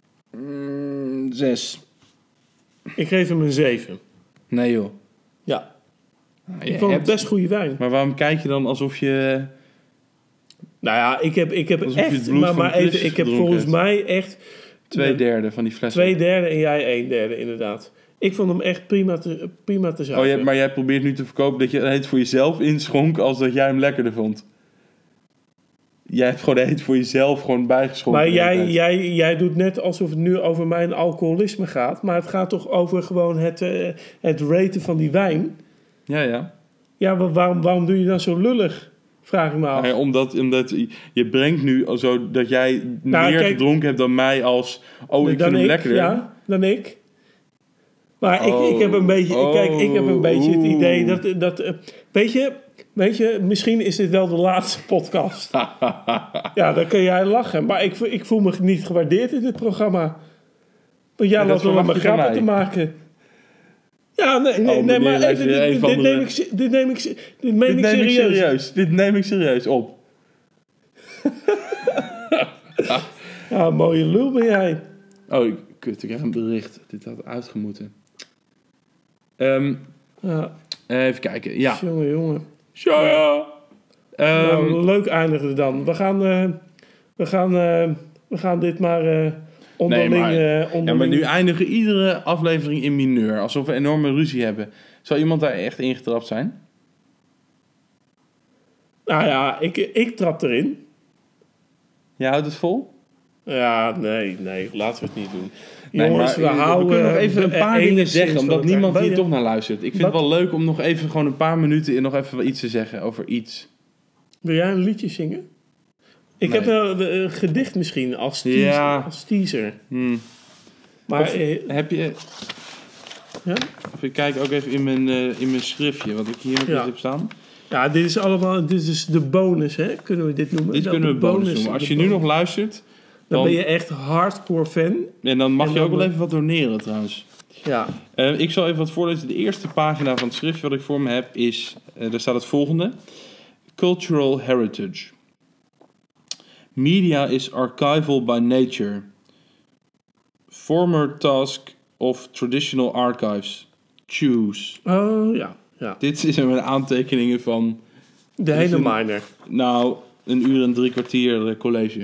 6. Ik geef hem een 7. Nee joh. Ja. Nou, Ik vond het best goede wijn. Maar waarom kijk je dan alsof je... Nou ja, ik heb Alsof je het echt... bloed van Maar even, Christus ik heb gedronken volgens hebt. mij echt... 2/3 van die fles. 2/3 en jij 1/3 inderdaad. Ik vond hem echt prima te zuipen. Maar jij probeert nu te verkopen dat je het voor jezelf inschonk als dat jij hem lekkerder vond. Jij hebt gewoon het voor jezelf gewoon bijgeschonken. Maar jij doet net alsof het nu over mijn alcoholisme gaat. Maar het gaat toch over gewoon het raten van die wijn. Ja. Ja, maar waarom doe je dan zo lullig? Vraag ik me af. Ja, omdat je brengt nu zo dat jij meer gedronken hebt dan mij als... Oh, ik vind hem lekkerder. Ja, dan ik. Maar ik heb een beetje... Kijk, ik heb een beetje het idee dat weet je, misschien is dit wel de laatste podcast. Ja, dan kun jij lachen. Maar ik voel me niet gewaardeerd in dit programma. Want jij loopt om mijn grappen te maken. Ja, nee, maar even, dit meen ik serieus. Dit neem ik serieus op. Ja, mooie lul ben jij. Oh, kut, ik krijg een bericht. Dit had uitgemoeten. Ja. Even kijken, ja. Jongen. Nou, leuk eindigen dan. We gaan dit maar onderling... Ja, maar nu eindigen iedere aflevering in mineur. Alsof we enorme ruzie hebben. Zal iemand daar echt ingetrapt zijn? Nou ja, ik trap erin. Jij houdt het vol? Ja, nee, laten we het niet doen. Nee, Jongens, maar we houden nog even een paar dingen zeggen, omdat niemand hier toch naar luistert. Ik vind Wat? het wel leuk om nog even gewoon een paar minuten nog even iets te zeggen over iets. Wil jij een liedje zingen? Ik heb wel een gedicht misschien als teaser. Ja. Als teaser. Maar Of heb je... ja? Of ik kijk ook even in mijn schriftje, wat ik hier nog Ja. heb staan. Ja, dit is de bonus, hè? Kunnen we dit noemen? Dit kunnen we bonus noemen. Als je nu nog luistert, dan ben je echt hardcore fan. En dan mag En je dan ook wel even wat doneren trouwens. Ja. Ik zal even wat voorlezen. De eerste pagina van het schriftje wat ik voor me heb is... daar staat het volgende. Cultural heritage. Media is archival by nature. Former task of traditional archives. Choose. Oh, ja. Ja. Dit zijn mijn aantekeningen van... De hele minor. Nou, 1 uur en 3 kwartier college.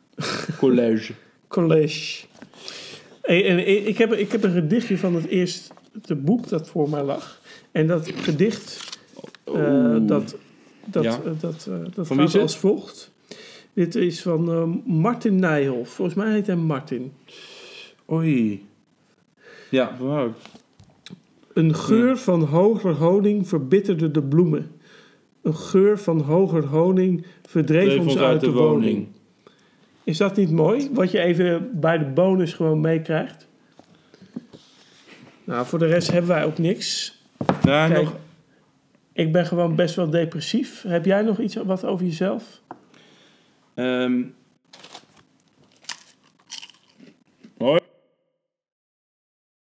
College. En ik heb een gedichtje van het eerste boek dat voor mij lag. En dat gedicht, dat Van wie is gaat het? als volgt. Dit is van Martin Nijhoff. Volgens mij heet hij Martin. Oei. Ja, van mij ook. Een geur van hoger honing verbitterde de bloemen. Een geur van hoger honing verdreef ons uit de woning. Is dat niet mooi? Wat je even bij de bonus gewoon meekrijgt. Nou, voor de rest hebben wij ook niks. Ja, Kijk, nog... ik ben gewoon best wel depressief. Heb jij nog iets wat over jezelf?